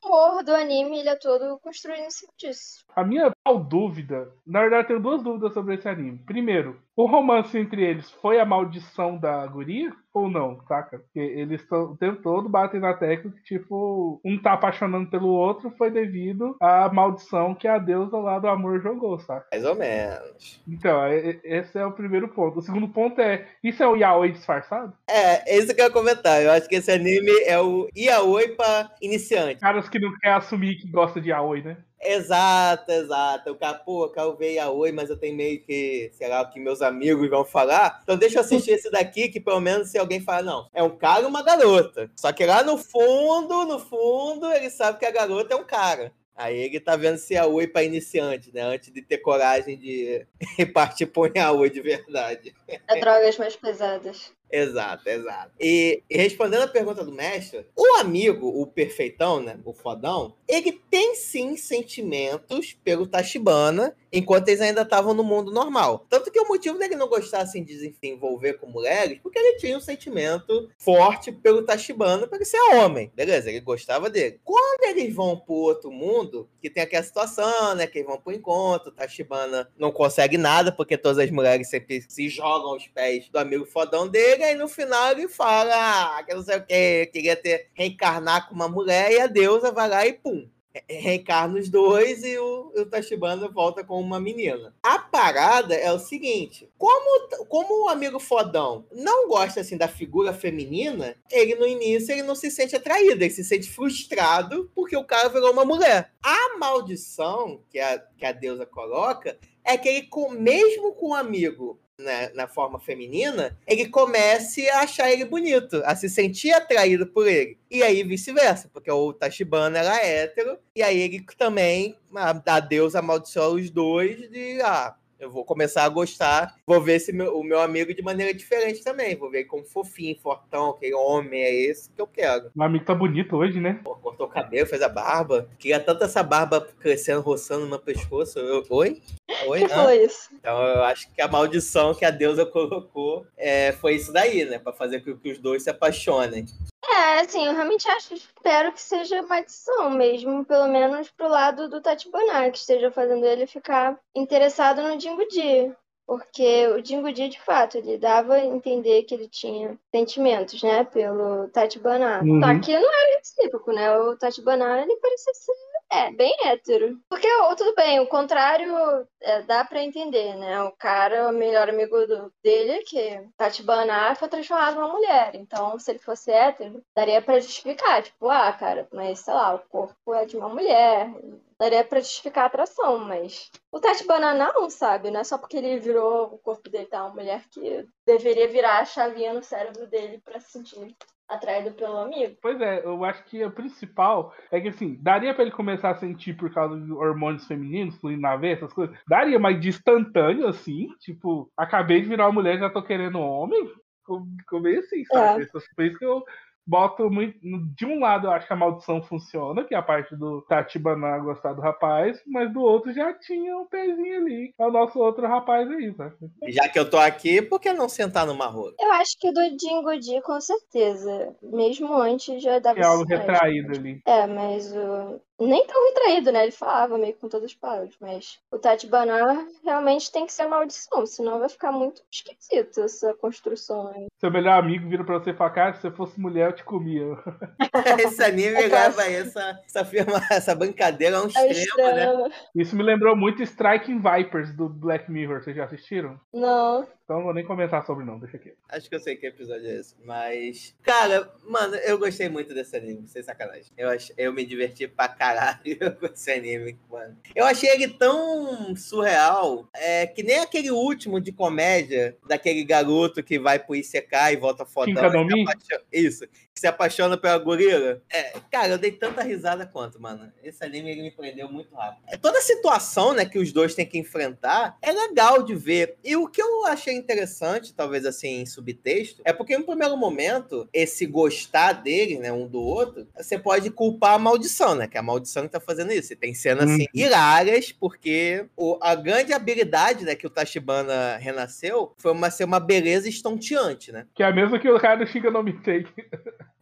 humor do anime, ele é todo construído em cima disso. A minha tal dúvida, na verdade eu tenho duas dúvidas sobre esse anime. Primeiro, o romance entre eles foi a maldição da guria ou não, saca? Porque eles tão, o tempo todo batem na tecla que, tipo, um tá apaixonando pelo outro foi devido à maldição que a deusa lá do amor jogou, saca? Mais ou menos. Então, é- é- esse é o primeiro ponto. O segundo ponto é, isso é o yaoi disfarçado? É, esse que eu ia comentar. Eu acho que esse anime é o yaoi pra iniciante. Caras que não querem assumir que gostam de yaoi, né? Exato, exato. O cara, pô, eu quero ver yaoi, mas eu tenho meio que, sei lá, o que meus amigos vão falar. Então deixa eu assistir esse daqui, que pelo menos se alguém falar, não, é um cara e uma garota. Só que lá no fundo, no fundo, ele sabe que a garota é um cara. Aí ele tá vendo se yaoi pra iniciante, né? Antes de ter coragem de partir pro yaoi de verdade. É drogas mais pesadas. Exato, exato. E, e respondendo a pergunta do mestre, o amigo, o perfeitão, né, o fodão, ele tem sim sentimentos pelo Tachibana, enquanto eles ainda estavam no mundo normal. Tanto que o motivo dele não gostar assim, de se envolver com mulheres, porque ele tinha um sentimento forte pelo Tachibana, para ele ser homem, beleza? Ele gostava dele. Quando eles vão pro outro mundo, que tem aquela situação, né, que eles vão pro encontro, o Tachibana não consegue nada, porque todas as mulheres sempre se jogam aos pés do amigo fodão dele, aí no final ele fala, ah, que não sei o que, queria ter, reencarnar com uma mulher, e a deusa vai lá e pum, reencarna os dois e o, o Tachibana volta com uma menina. A parada é o seguinte, como, como o amigo fodão não gosta assim da figura feminina, ele no início ele não se sente atraído, ele se sente frustrado porque o cara virou uma mulher. A maldição que a, que a deusa coloca é que ele, mesmo com o amigo Na, na forma feminina, ele comece a achar ele bonito, a se sentir atraído por ele. E aí vice-versa, porque o Tachibana era hétero, e aí ele também, a, a deusa amaldiçoa os dois de, ah, eu vou começar a gostar, vou ver esse meu, o meu amigo de maneira diferente também, vou ver ele como fofinho, fortão, aquele homem, é esse que eu quero. O amigo tá bonito hoje, né? Pô, cortou o cabelo, fez a barba, queria tanto essa barba crescendo, roçando no meu pescoço. Eu, oi? Oi? Que foi isso? Então eu acho que a maldição que a deusa colocou é, foi isso daí, né? Pra fazer com que os dois se apaixonem. É, assim, eu realmente acho, espero que seja maldição mesmo, pelo menos pro lado do Tachibana, que esteja fazendo ele ficar interessado no Jinguji. Porque o Jinguji, de fato, ele dava a entender que ele tinha sentimentos, né, pelo Tachibana. Uhum. Só que não era recíproco, né? O Tachibana, ele parecia ser é, bem hétero. Porque, ó, tudo bem, o contrário é, dá pra entender, né? O cara, o melhor amigo do, dele, que Tachibana, foi transformado numa mulher. Então, se ele fosse hétero, daria pra justificar. Tipo, ah, cara, mas sei lá, o corpo é de uma mulher. Daria pra justificar a atração, mas o Tachibana não, sabe? Não é só porque ele virou o corpo dele tá uma mulher que deveria virar a chavinha no cérebro dele pra se sentir atraído pelo amigo. Pois é, eu acho que o principal é que, assim, daria pra ele começar a sentir por causa de hormônios femininos, fluindo na veia, essas coisas. Daria, mas de instantâneo, assim, tipo, acabei de virar uma mulher, já tô querendo homem. Ficou meio assim, sabe? É. Por isso que eu boto muito. De um lado, eu acho que a maldição funciona, que é a parte do Tachibana gostar do rapaz, mas do outro já tinha um pezinho ali. É o nosso outro rapaz aí, sabe? Já que eu tô aqui, por que não sentar numa rola? Eu acho que do Jinguji, com certeza. Mesmo antes já dava. Que é algo retraído ali. É, mas o. Nem tão retraído, né? Ele falava meio com todas as palavras, mas o Tachibana realmente tem que ser maldição, senão vai ficar muito esquisito essa construção aí. Seu melhor amigo vira pra você e fala, cara, se você fosse mulher, eu te comia. Esse anime é leva essa, essa, firma, essa brincadeira a um É extremo, né? Isso me lembrou muito Striking Vipers do Black Mirror, vocês já assistiram? Não. Então não vou nem comentar sobre não, deixa aqui. Acho que eu sei que episódio é esse, mas... Cara, mano, eu gostei muito desse anime, sem sacanagem. Eu, ach... eu me diverti pra caralho com esse anime, mano. Eu achei ele tão surreal, é, que nem aquele último de comédia, daquele garoto que vai pro Isekai e volta fodão. Apaixona... Isso, que se apaixona pela gorila. É, cara, eu dei tanta risada quanto, mano. Esse anime ele me prendeu muito rápido. É, toda a situação, né, que os dois têm que enfrentar é legal de ver. E o que eu achei interessante, talvez assim, em subtexto, é porque no primeiro momento, esse gostar deles, né, um do outro, você pode culpar a maldição, né, que é a maldição que tá fazendo isso. E tem cenas, assim, hilárias, porque o, a grande habilidade, né, que o Tachibana renasceu foi uma, ser uma beleza estonteante, né. Que é a mesma que o cara do Shiga no Mitake.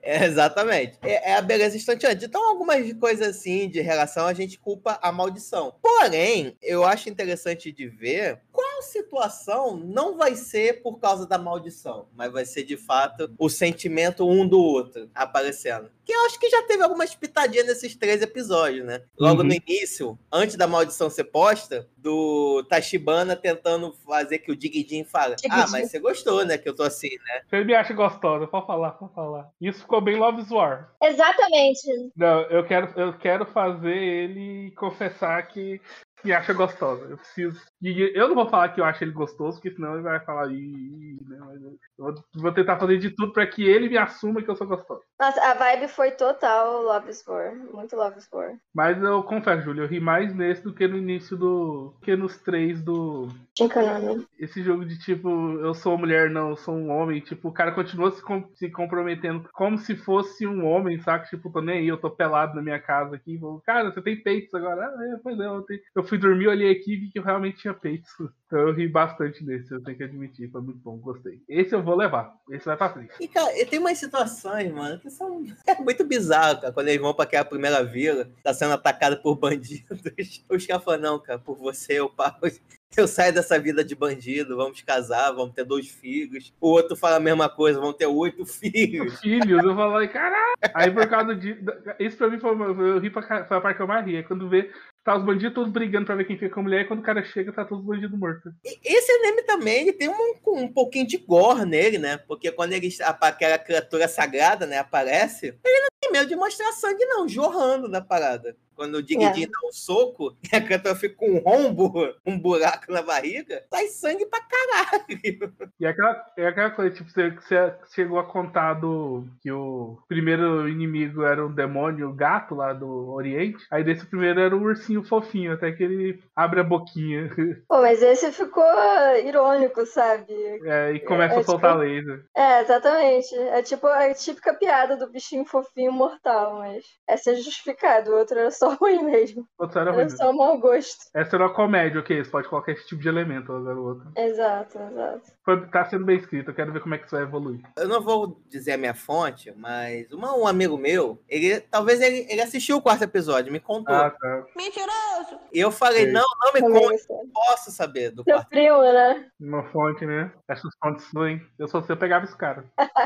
É, exatamente. É, é a beleza estonteante. Então, algumas coisas assim de relação a gente culpa a maldição. Porém, eu acho interessante de ver qual situação não vai ser por causa da maldição, mas vai ser de fato o sentimento um do outro aparecendo. Que eu acho que já teve algumas pitadinhas nesses três episódios, né? Logo Uhum. no início, antes da maldição ser posta, do Tachibana tentando fazer que o Digidin fala: Ah, mas você gostou, né? Que eu tô assim, né? Você me acha gostosa, pode falar, pode falar. Isso ficou bem Love's War. Exatamente. Não, eu quero, eu quero fazer ele confessar que me acha gostosa. Eu preciso. E eu não vou falar que eu acho ele gostoso, porque senão ele vai falar. Ih, né? Mas eu vou, vou tentar fazer de tudo pra que ele me assuma que eu sou gostosa. Nossa, a vibe foi total Love's War. Muito Love's War. Mas eu confesso, Júlio, eu ri mais nesse do que no início do. que nos três do. Shinkanami. Esse jogo de tipo, eu sou mulher, não, eu sou um homem. Tipo, o cara continua se, com, se comprometendo como se fosse um homem, saca? Tipo, tô nem aí, eu tô pelado na minha casa aqui. Vou, cara, você tem peitos agora? Ah, é, pois é, eu, tenho... eu fui dormir, olhei aqui e vi que eu realmente tinha peitos. Então eu ri bastante desse, eu tenho que admitir. Foi muito bom, gostei. Esse eu vou levar. Esse vai pra frente. E, cara, tem umas situações, mano, que são é muito bizarro, cara. Quando eles vão pra aquela primeira vila, tá sendo atacado por bandidos. Os caras falam, não, cara, por você eu pago. Eu saio dessa vida de bandido, vamos casar, vamos ter dois filhos. O outro fala a mesma coisa, vão ter oito filhos. Filhos, eu falei, caralho. Aí por causa de. Isso pra mim foi, eu ri pra, foi a parte que eu mais ri. É quando vê. Tá os bandidos todos brigando pra ver quem fica com a mulher, e quando o cara chega, tá todos os bandidos mortos. Esse anime também, ele tem um, um pouquinho de gore nele, né? Porque quando ele, aquela criatura sagrada, né, aparece, ele não tem medo de mostrar sangue, não, jorrando na parada. Quando o Digidin é. dá um soco, e a criatura fica com um rombo, um buraco na barriga, sai sangue pra caralho. E é aquela, é aquela coisa, tipo, você, você chegou a contar do, que o primeiro inimigo era um demônio, o gato lá do Oriente, aí desse primeiro era um ursinho fofinho, até que ele abre a boquinha. Pô, mas esse ficou irônico, sabe? É, e começa é, a soltar tipo, laser. É, exatamente. É tipo a típica piada do bichinho fofinho mortal, mas essa é justificada, o outro era só ruim mesmo. Outro era, era ruim só mau gosto. Essa era uma comédia, ok? Você pode colocar esse tipo de elemento, agora o outro. Exato, exato. Foi, tá sendo bem escrito, eu quero ver como é que isso vai evoluir. Eu não vou dizer a minha fonte, mas uma, um amigo meu, ele talvez ele, ele assistiu o quarto episódio, me contou. Ah, tá. Mentiroso! E eu falei, Sei. não, não me conte, não posso saber do Seu quarto primo, né? Uma fonte, né? Essas fontes doem. Eu sou você, eu pegava esse cara.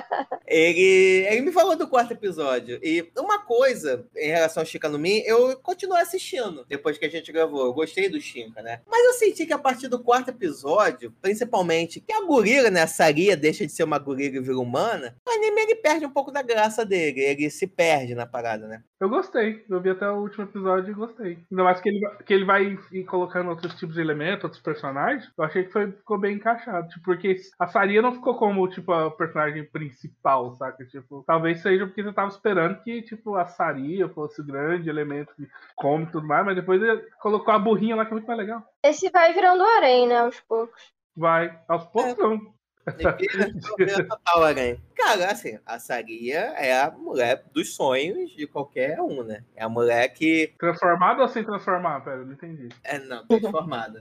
Ele, ele me falou do quarto episódio. E uma coisa em relação ao Shinka no Mi, eu continuei assistindo depois que a gente gravou. Eu gostei do Shinka, né? Mas eu senti que a partir do quarto episódio, principalmente, que a gorila, né? A Saria deixa de ser uma gorila e vira humana, o anime ele perde um pouco da graça dele. Ele se perde na parada, né? Eu gostei. Eu vi até o último episódio e gostei. Ainda mais que ele, que ele vai ir colocando outros tipos de elementos, outros personagens. Eu achei que foi, ficou bem encaixado. Tipo, porque a Saria não ficou como, tipo, a personagem principal, saca? Tipo, talvez seja porque você tava esperando que, tipo, a Saria fosse o grande elemento que come e tudo mais, mas depois ele colocou a burrinha lá que é muito mais legal. Esse vai virando harém, né, aos poucos. Vai. Aos poucos É. não. Total, né? Cara, assim, a Saria é a mulher dos sonhos de qualquer um, né? É a mulher que... Transformada ou sem transformar? Pera, eu não entendi. É, não, transformada.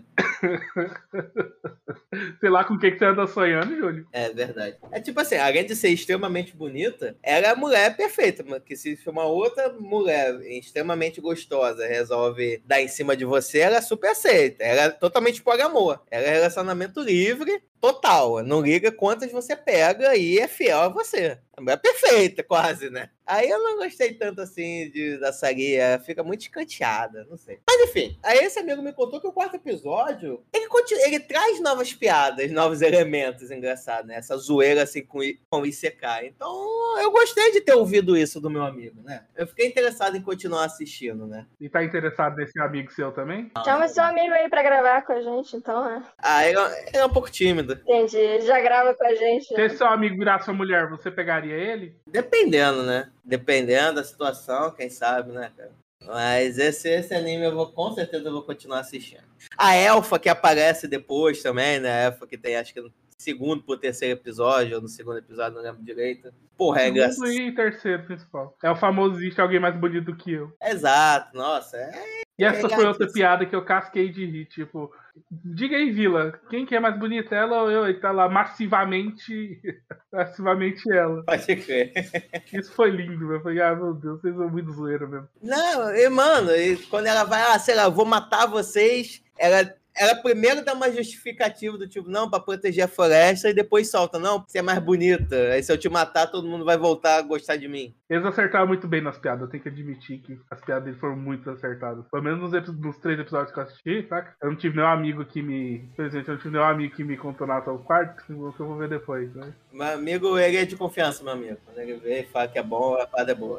Sei lá com o que, que você anda sonhando, Júlio. É verdade. É tipo assim, além de ser extremamente bonita, ela é a mulher perfeita, mas que se uma outra mulher extremamente gostosa resolve dar em cima de você, ela é super aceita. Ela é totalmente poliamor. Ela é relacionamento livre, total. Não liga quantas você pega e é fiel a você. A mulher é perfeita, quase, né? Aí eu não gostei tanto assim de, da Saria, fica muito escanteada, não sei. Mas enfim, aí esse amigo me contou que o quarto episódio, ele, continua, ele traz novas piadas, novos elementos engraçados, né? Essa zoeira assim com, com o I C K. Então eu gostei de ter ouvido isso do meu amigo, né? Eu fiquei interessado em continuar assistindo, né? E tá interessado nesse amigo seu também? Chama seu amigo aí pra gravar com a gente, então, né? Ah, ele, ele é um pouco tímido. Entendi, ele já grava com a gente. Se esse seu amigo virasse uma mulher, você pegaria ele? Dependendo, né? Dependendo da situação, quem sabe, né, cara? Mas esse, esse anime eu vou, com certeza, eu vou continuar assistindo. A Elfa que aparece depois também, né? A Elfa que tem, acho que no segundo pro terceiro episódio, ou no segundo episódio, não lembro direito. Porra, é engraçado. Segundo e terceiro principal. É o famoso existe alguém mais bonito do que eu. Exato, nossa. É E essa foi outra piada que eu casquei de rir, tipo, diga aí, Vila, quem que é mais bonita, ela ou eu? E tá lá, massivamente, massivamente ela. Pode crer. Isso foi lindo, eu falei, ah, meu Deus, vocês são muito zoeira mesmo. Não, e, mano, e quando ela vai, ah, sei lá, eu vou matar vocês, ela... Ela primeiro dá uma justificativa do tipo, não, pra proteger a floresta, e depois solta, não, porque você é mais bonita. Aí se eu te matar, todo mundo vai voltar a gostar de mim. Eles acertaram muito bem nas piadas, eu tenho que admitir que as piadas deles foram muito acertadas. Pelo menos nos, nos três episódios que eu assisti, saca? Eu não tive nenhum amigo que me... Por exemplo, eu não tive nenhum amigo que me contou nada ao quarto, que eu vou ver depois, né? Meu amigo, ele é de confiança, meu amigo. Quando ele vê e fala que é bom, a parada é boa.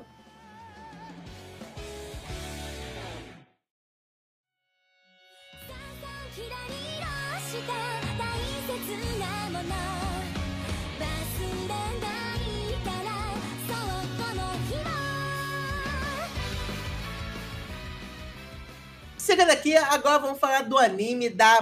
Seguindo aqui, agora vamos falar do anime da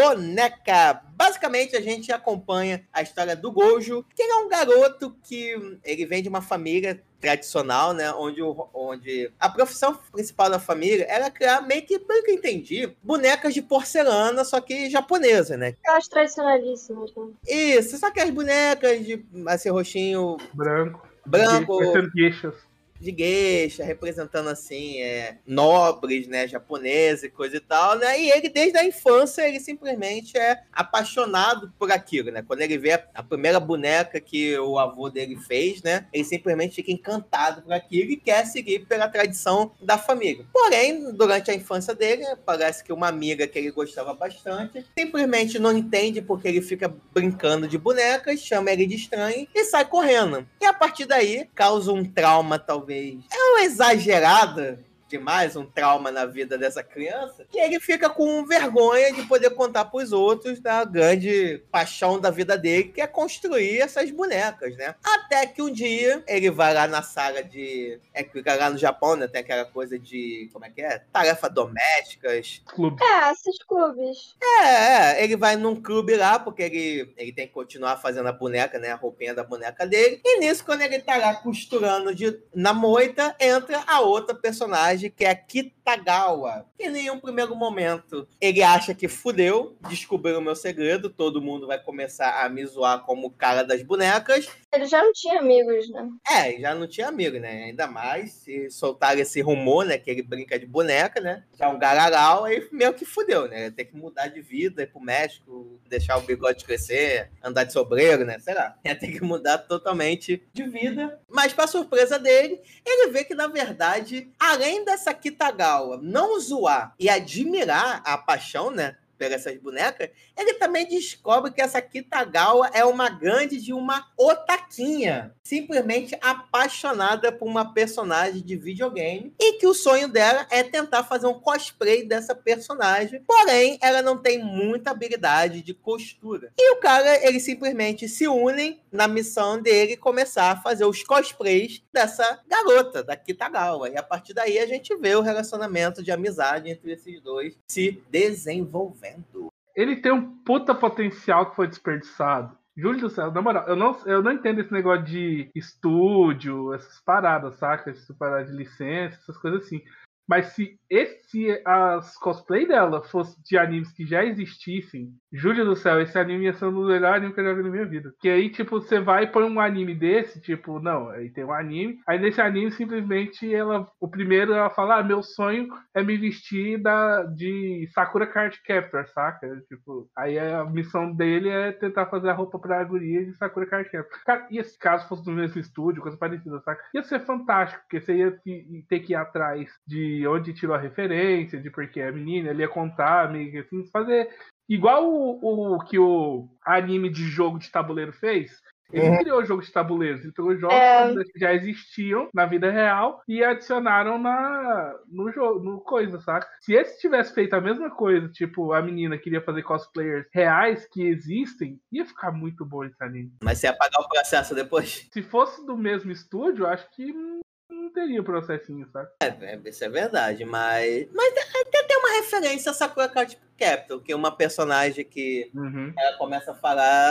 boneca. Basicamente, a gente acompanha a história do Gojo, que ele é um garoto que ele vem de uma família tradicional, né? Onde, onde a profissão principal da família era criar meio que, pelo que eu entendi, bonecas de porcelana, só que japonesa, né? Aquelas tradicionalíssimas, né? Isso, só que as bonecas de assim, roxinho branco, branco. Gueixas. De geisha, representando assim, é, nobres, né, japoneses e coisa e tal, né, e ele desde a infância, ele simplesmente é apaixonado por aquilo, né, quando ele vê a, a primeira boneca que o avô dele fez, né, ele simplesmente fica encantado por aquilo e quer seguir pela tradição da família. Porém, durante a infância dele, parece que uma amiga que ele gostava bastante, simplesmente não entende porque ele fica brincando de bonecas, chama ele de estranho e sai correndo. E a partir daí, causa um trauma, talvez é uma exagerada demais, um trauma na vida dessa criança, que ele fica com vergonha de poder contar para os outros da grande paixão da vida dele, que é construir essas bonecas, né? Até que um dia ele vai lá na sala de... É que lá no Japão, né? Tem aquela coisa de... Como é que é? Tarefas domésticas. Clube. É, esses clubes. É, é, ele vai num clube lá, porque ele, ele tem que continuar fazendo a boneca, né? A roupinha da boneca dele. E nisso, quando ele tá lá costurando de, na moita, entra a outra personagem, que é a Kitagawa. Em nenhum primeiro momento ele acha que fudeu, descobriu o meu segredo, todo mundo vai começar a me zoar como o cara das bonecas. Ele já não tinha amigos, né? É, já não tinha amigo, né? Ainda mais se soltaram esse rumor, né? Que ele brinca de boneca, né? Já um gararau, aí meio que fudeu, né? Tem que mudar de vida, ir pro México, deixar o bigode crescer, andar de sobreiro, né? Sei lá. Ia ter que mudar totalmente de vida. Mas, pra surpresa dele, ele vê que, na verdade, além dessa Kitagawa não zoar e admirar a paixão, né? Pega essas bonecas, ele também descobre que essa Kitagawa é uma grande de uma otaquinha, simplesmente apaixonada por uma personagem de videogame e que o sonho dela é tentar fazer um cosplay dessa personagem, porém ela não tem muita habilidade de costura. E o cara, eles simplesmente se unem na missão dele começar a fazer os cosplays dessa garota, da Kitagawa, e a partir daí a gente vê o relacionamento de amizade entre esses dois se desenvolvendo. Ele tem um puta potencial que foi desperdiçado. Júlio do céu, na moral, eu não, eu não entendo esse negócio de estúdio, essas paradas, saca? Essas paradas de licença, essas coisas assim. Mas se, esse, as cosplay dela fosse de animes que já existissem, Júlio do céu, esse anime ia ser um dos melhores animes que eu já vi na minha vida. Que aí, tipo, você vai e põe um anime desse, tipo, não, aí tem um anime, aí nesse anime, simplesmente, ela, o primeiro, ela fala, ah, meu sonho é me vestir da, de Sakura Card Captor, saca? Tipo, aí a missão dele é tentar fazer a roupa pra guria de Sakura Card Captor. Cara, e se caso fosse no mesmo estúdio, coisa parecida, saca? Ia ser fantástico, porque você ia ter que ir atrás de onde tirou a referência, de porque é menina, ele ia contar, meio que assim, fazer igual o, o que o anime de jogo de tabuleiro fez. Ele não criou jogo de tabuleiros, ele pegou jogos é... que já existiam na vida real e adicionaram na, no jogo, no coisa, saca? Se esse tivesse feito a mesma coisa, tipo, a menina queria fazer cosplayers reais que existem, ia ficar muito bom esse anime. Mas você ia pagar o processo depois? Se fosse do mesmo estúdio, acho que não teria processinho, sabe? É, isso é verdade, mas... Mas até tem uma referência a Sakura Card Captor, que é uma personagem que uhum. ela começa a falar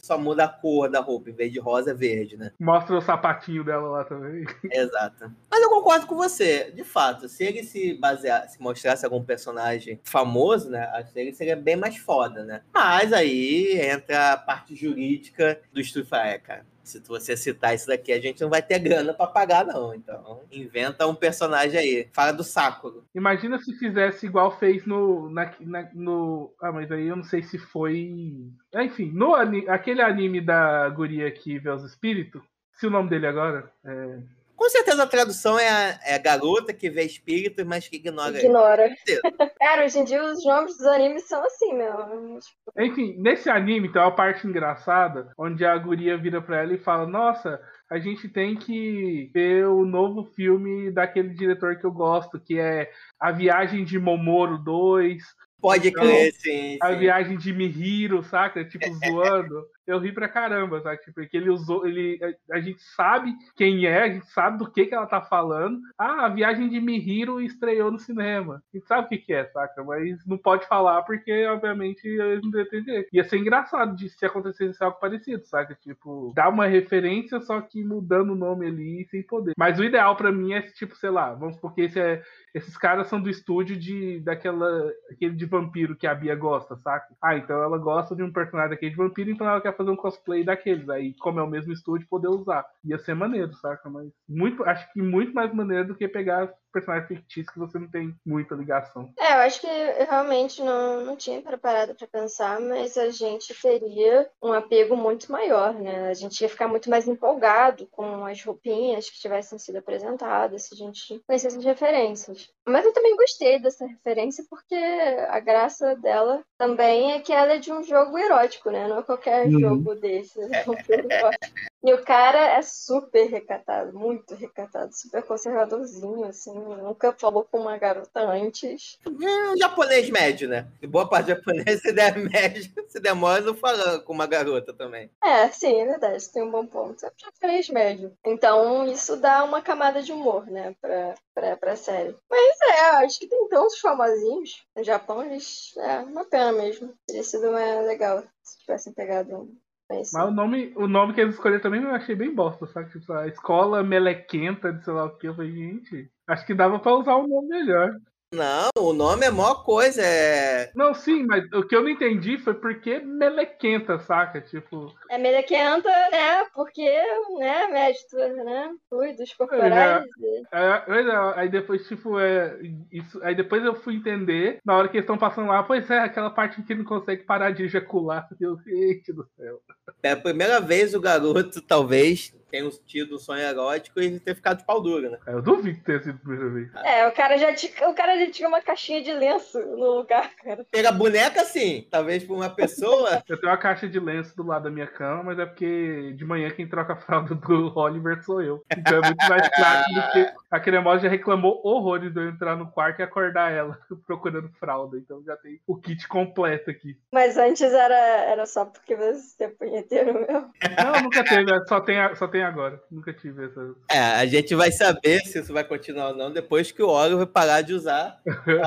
só muda a cor da roupa, em vez de rosa, é verde, né? Mostra o sapatinho dela lá também. Exato. Mas eu concordo com você. De fato, se ele se basear, se mostrasse algum personagem famoso, né? Acho que ele seria bem mais foda, né? Mas aí entra a parte jurídica do Street Fighter, cara. Se você citar isso daqui, a gente não vai ter grana pra pagar, não. Então, inventa um personagem aí. Fala do Sakura. Imagina se fizesse igual fez no... Na, na, no ah, mas aí eu não sei se foi... Enfim, no, aquele anime da guria que vê os espíritos, se o nome dele agora é... Com certeza a tradução é a, é a garota que vê espíritos, mas que ignora Ignora. ele. Cara, hoje em dia os nomes dos animes são assim mesmo. Enfim, nesse anime tem uma parte engraçada onde a guria vira pra ela e fala: nossa, a gente tem que ver o novo filme daquele diretor que eu gosto, que é A Viagem de Momoro dois. Pode então, crer, sim, A sim. Viagem de Mihiro, saca? Tipo, zoando. Eu ri pra caramba, sabe? Tipo, porque ele usou. Ele, a, a gente sabe quem é, a gente sabe do que, que ela tá falando. Ah, A Viagem de Mihiro estreou no cinema. A gente sabe o que, que é, saca? Mas não pode falar porque, obviamente, eles não devem entender. Ia ser engraçado de, se acontecesse algo parecido, saca? Tipo, dar uma referência, só que mudando o nome ali sem poder. Mas o ideal pra mim é, tipo, sei lá, vamos porque esse é. Esses caras são do estúdio de, daquela, aquele de vampiro que a Bia gosta, saca? Ah, então ela gosta de um personagem daquele de vampiro, então ela quer fazer um cosplay daqueles. Aí, como é o mesmo estúdio, poder usar. Ia ser maneiro, saca? Mas muito, acho que muito mais maneiro do que pegar personagem fictício que você não tem muita ligação. É, eu acho que eu realmente não, não tinha preparado pra pensar, mas a gente teria um apego muito maior, né? A gente ia ficar muito mais empolgado com as roupinhas que tivessem sido apresentadas, se a gente conhecesse as referências. Mas eu também gostei dessa referência porque a graça dela também é que ela é de um jogo erótico, né? Não é qualquer Uhum. jogo desse, é um jogo erótico. E o cara é super recatado, muito recatado, super conservadorzinho, assim, nunca falou com uma garota antes. É um japonês médio, né? E boa parte do japonês se der médio, se demora não falando com uma garota também. É, sim, é verdade, tem um bom ponto. É um japonês médio. Então isso dá uma camada de humor, né, pra, pra, pra série. Mas é, acho que tem tantos famosinhos no Japão, eles, é uma pena mesmo. Teria sido mais legal se tivessem pegado um. Mas o nome, o nome que eles escolheram também eu achei bem bosta, sabe? Tipo, a escola melequenta de sei lá o que. Eu falei, gente, acho que dava pra usar um nome melhor. Não, o nome é a maior coisa, é... Não, sim, mas o que eu não entendi foi por que melequenta, saca? Tipo... É melequenta, né? Porque, né, médico, né? Fluidos corporais. É, é, é, aí depois, tipo, é, isso, aí depois eu fui entender, na hora que eles estão passando lá, pois é, aquela parte que ele não consegue parar de ejacular. Deus, gente do céu. É a primeira vez o garoto, talvez, tenha tido um sonho erótico e ter ficado de pau duro, né? Eu duvido que tenha sido a primeira vez. É, o cara já tinha, o cara já tinha uma caixinha de lenço no lugar, cara. Pega boneca, sim. Talvez por uma pessoa... Eu tenho uma caixa de lenço do lado da minha cama, mas é porque de manhã quem troca a fralda do Oliver sou eu. Então é muito mais prático do que... A cremosa já reclamou horrores de eu entrar no quarto e acordar ela procurando fralda. Então já tem o kit completo aqui. Mas antes era, era só porque você é punheteiro mesmo. Não, nunca teve. Só tem, só tem agora. Nunca tive essa... É, a gente vai saber se isso vai continuar ou não depois que o Oliver parar de usar.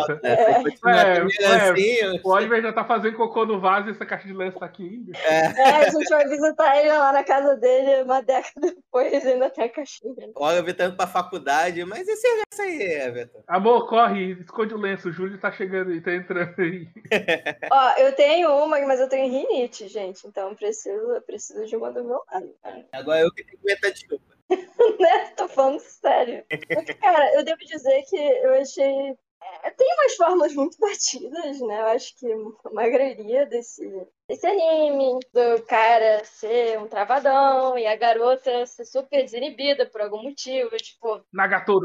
É, é, assim, o Oliver já tá fazendo cocô no vaso e essa caixa de lenço tá aqui ainda. É. É, a gente vai visitar ele lá na casa dele uma década depois e ainda tem a caixinha. O Oliver tá indo pra faculdade, mas esse lenço aí, Everton. Amor, corre, esconde o lenço. O Júlio tá chegando aí, tá entrando aí. Ó, eu tenho uma, mas eu tenho rinite, gente. Então eu preciso, eu preciso de uma do meu lado. Agora eu que tenho que meter desculpa. Né? Tô falando sério. Porque, cara, eu devo dizer que eu achei... É, tem umas formas muito batidas, né? Eu acho que a maioria desse, desse anime, do cara ser um travadão e a garota ser super desinibida por algum motivo, tipo... Nagatoro.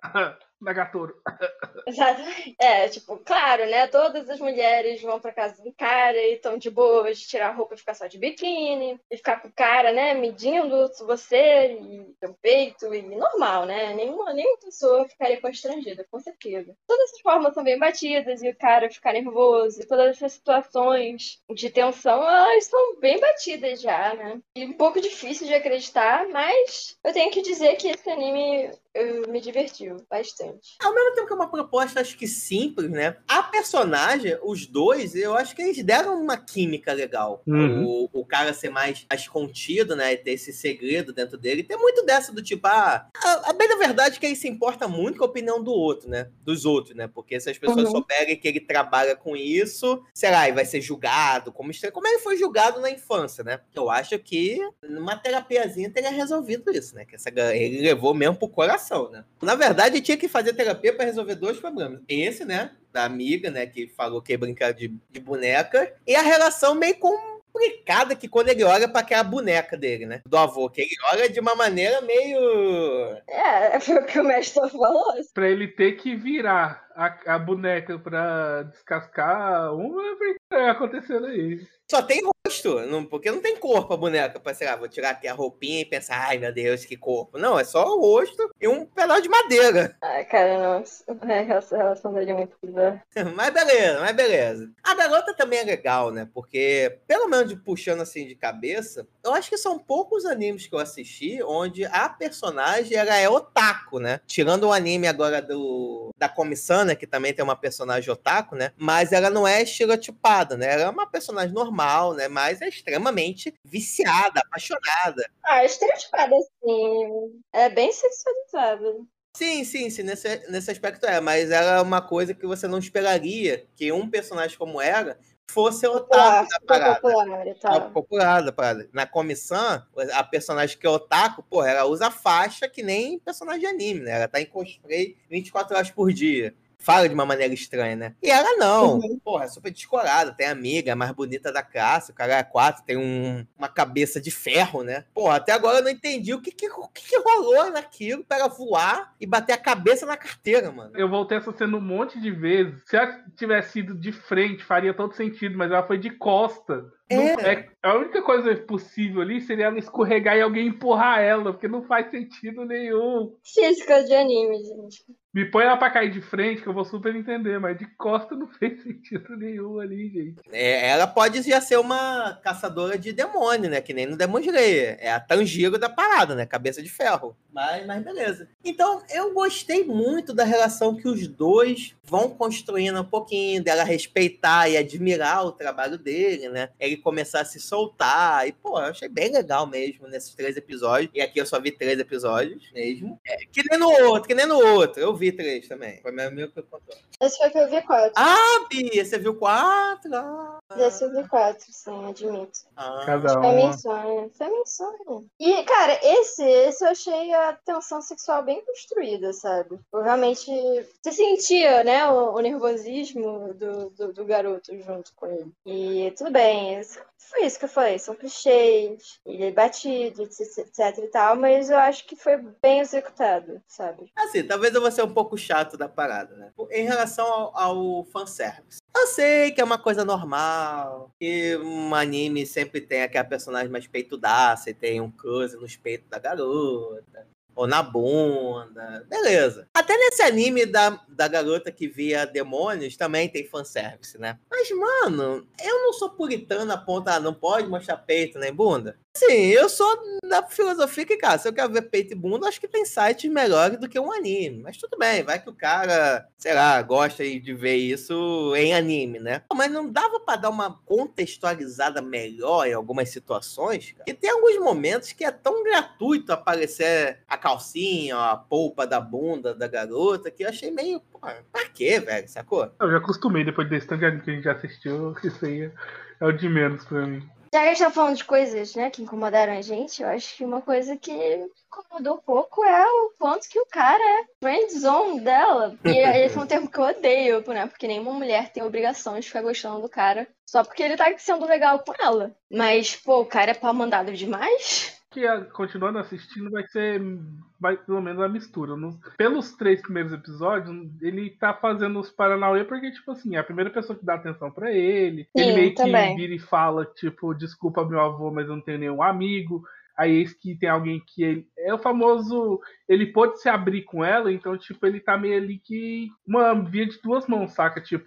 Nagatoro. Exatamente. É, tipo, claro, né? Todas as mulheres vão pra casa do cara e estão de boa de tirar a roupa e ficar só de biquíni, e ficar com o cara, né, medindo você e seu peito, e normal, né? Nenhuma, nenhuma pessoa ficaria constrangida, com certeza. Todas essas formas são bem batidas, e o cara ficar nervoso, e todas essas situações de tensão, elas são bem batidas já, né? E um pouco difícil de acreditar, mas eu tenho que dizer que esse anime eu me divertiu bastante. Ao mesmo tempo que é uma proposta proposta, acho que simples, né? A personagem, os dois, eu acho que eles deram uma química legal. Uhum. O, o cara ser mais, mais contido, né? E ter esse segredo dentro dele. Tem muito dessa do tipo, ah, a, a bem da verdade é que ele se importa muito com a opinião do outro, né? Dos outros, né? Porque se as pessoas Uhum. souberem que ele trabalha com isso, sei lá, ele vai ser julgado como estranho. Como ele foi julgado na infância, né? Eu acho que numa terapiazinha teria resolvido isso, né? Que essa, ele levou mesmo pro coração, né? Na verdade, ele tinha que fazer terapia para resolver dois problemas. Esse, né? Da amiga, né? Que falou que ia brincar de, de boneca. E a relação meio complicada que quando ele olha para aquela boneca dele, né? Do avô. Que ele olha de uma maneira meio... É, foi o que o mestre falou. Pra ele ter que virar a, a boneca pra descascar uma, o que tá acontecendo aí? Só tem rosto, não, porque não tem corpo a boneca pra, sei lá, vou tirar aqui a roupinha e pensar, ai meu Deus, que corpo. Não, é só o rosto e um pedaço de madeira. Ai, cara, nossa. Essa relação dele é muito bizarra. Mas beleza, mas beleza. A garota também é legal, né? Porque, pelo menos de puxando assim de cabeça, eu acho que são poucos animes que eu assisti onde a personagem ela é otaku, né? Tirando o anime agora do da Komi-san, né? Que também tem uma personagem otaku, né? Mas ela não é estereotipada, né? Ela é uma personagem normal, né? Mas é extremamente viciada, apaixonada. Ah, estereotipada, assim. É bem sexualizada. Sim, sim, sim, nesse, nesse aspecto é, mas ela é uma coisa que você não esperaria que um personagem como ela fosse otaku Popular, da super parada. popular e A tal. popular da parada. Na Komi-san, a personagem que é otaku, pô, ela usa faixa que nem personagem de anime, né? Ela tá em cosplay vinte e quatro horas por dia. Fala de uma maneira estranha, né? E ela não. Uhum. Porra, é super descolada. Tem amiga, é mais bonita da classe. O cara é quatro, tem um, uma cabeça de ferro, né? Porra, até agora eu não entendi o que que, o que que rolou naquilo pra ela voar e bater a cabeça na carteira, mano. Eu voltei essa cena um monte de vezes. Se ela tivesse sido de frente, faria todo sentido, mas ela foi de costa. Não- É. é- a única coisa possível ali seria ela escorregar e alguém empurrar ela, porque não faz sentido nenhum. Física de anime, gente. Me põe ela pra cair de frente, que eu vou super entender, mas de costa não fez sentido nenhum ali, gente. É, ela pode já ser uma caçadora de demônio, né? Que nem no Demon Slayer. É a Tanjiro da parada, né? Cabeça de ferro. Mas, mas beleza. Então, eu gostei muito da relação que os dois vão construindo um pouquinho, dela respeitar e admirar o trabalho dele, né? Ele começar a se soltar. E, pô, eu achei bem legal mesmo nesses três episódios. E aqui eu só vi três episódios mesmo. É, que nem no outro, que nem no outro. Eu vi três também. Foi meu amigo que contou. Esse foi que eu vi quatro. Ah, Bia, você viu quatro? Ah, Esse eu vi quatro, sim, admito. ah. Cada Foi minha uma. insônia. Foi minha insônia. E, cara, esse, esse eu achei a tensão sexual bem construída, sabe? Eu realmente. Você sentia, né, o, o nervosismo do, do, do garoto junto com ele. E tudo bem, isso- foi isso que eu falei. São clichês, ele é batido, etc e tal, mas eu acho que foi bem executado, sabe? Assim, talvez eu vou ser um pouco chato da parada, né? Em relação ao, ao fanservice. Eu sei que é uma coisa normal, que um anime sempre tem aquela personagem mais peitudaça e tem um close nos peitos da garota. Ou na bunda, beleza. Até nesse anime da, da garota que via demônios também tem fanservice, né? Mas, mano, eu não sou puritano a ponto, ah, não pode mostrar peito nem bunda. Sim, eu sou da filosofia que, cara, se eu quero ver peito e bunda, acho que tem sites melhores do que um anime. Mas tudo bem, vai que o cara, sei lá, gosta de ver isso em anime, né? Mas não dava pra dar uma contextualizada melhor em algumas situações, cara? Porque tem alguns momentos que é tão gratuito aparecer a calcinha, a polpa da bunda da garota, que eu achei meio, pô, pra quê, velho, sacou? Eu já acostumei depois desse tanto de anime que a gente já assistiu, que isso aí é, é o de menos pra mim. Já que a gente tá falando de coisas, né, que incomodaram a gente, eu acho que uma coisa que me incomodou um pouco é o quanto que o cara é friendzone dela. E esse é um termo que eu odeio, né, porque nenhuma mulher tem a obrigação de ficar gostando do cara só porque ele tá sendo legal com ela. Mas, pô, o cara é pau mandado demais. Que a- continuando assistindo vai ser vai, pelo menos a mistura. No- pelos três primeiros episódios, ele tá fazendo os Paranauê porque, tipo assim, é a primeira pessoa que dá atenção pra ele. Sim, ele meio também. que vira e fala, tipo, desculpa meu avô, mas eu não tenho nenhum amigo. Aí eis que tem alguém que ele. É o famoso. Ele pode se abrir com ela, então, tipo, ele tá meio ali que. Uma via de duas mãos, saca? Tipo.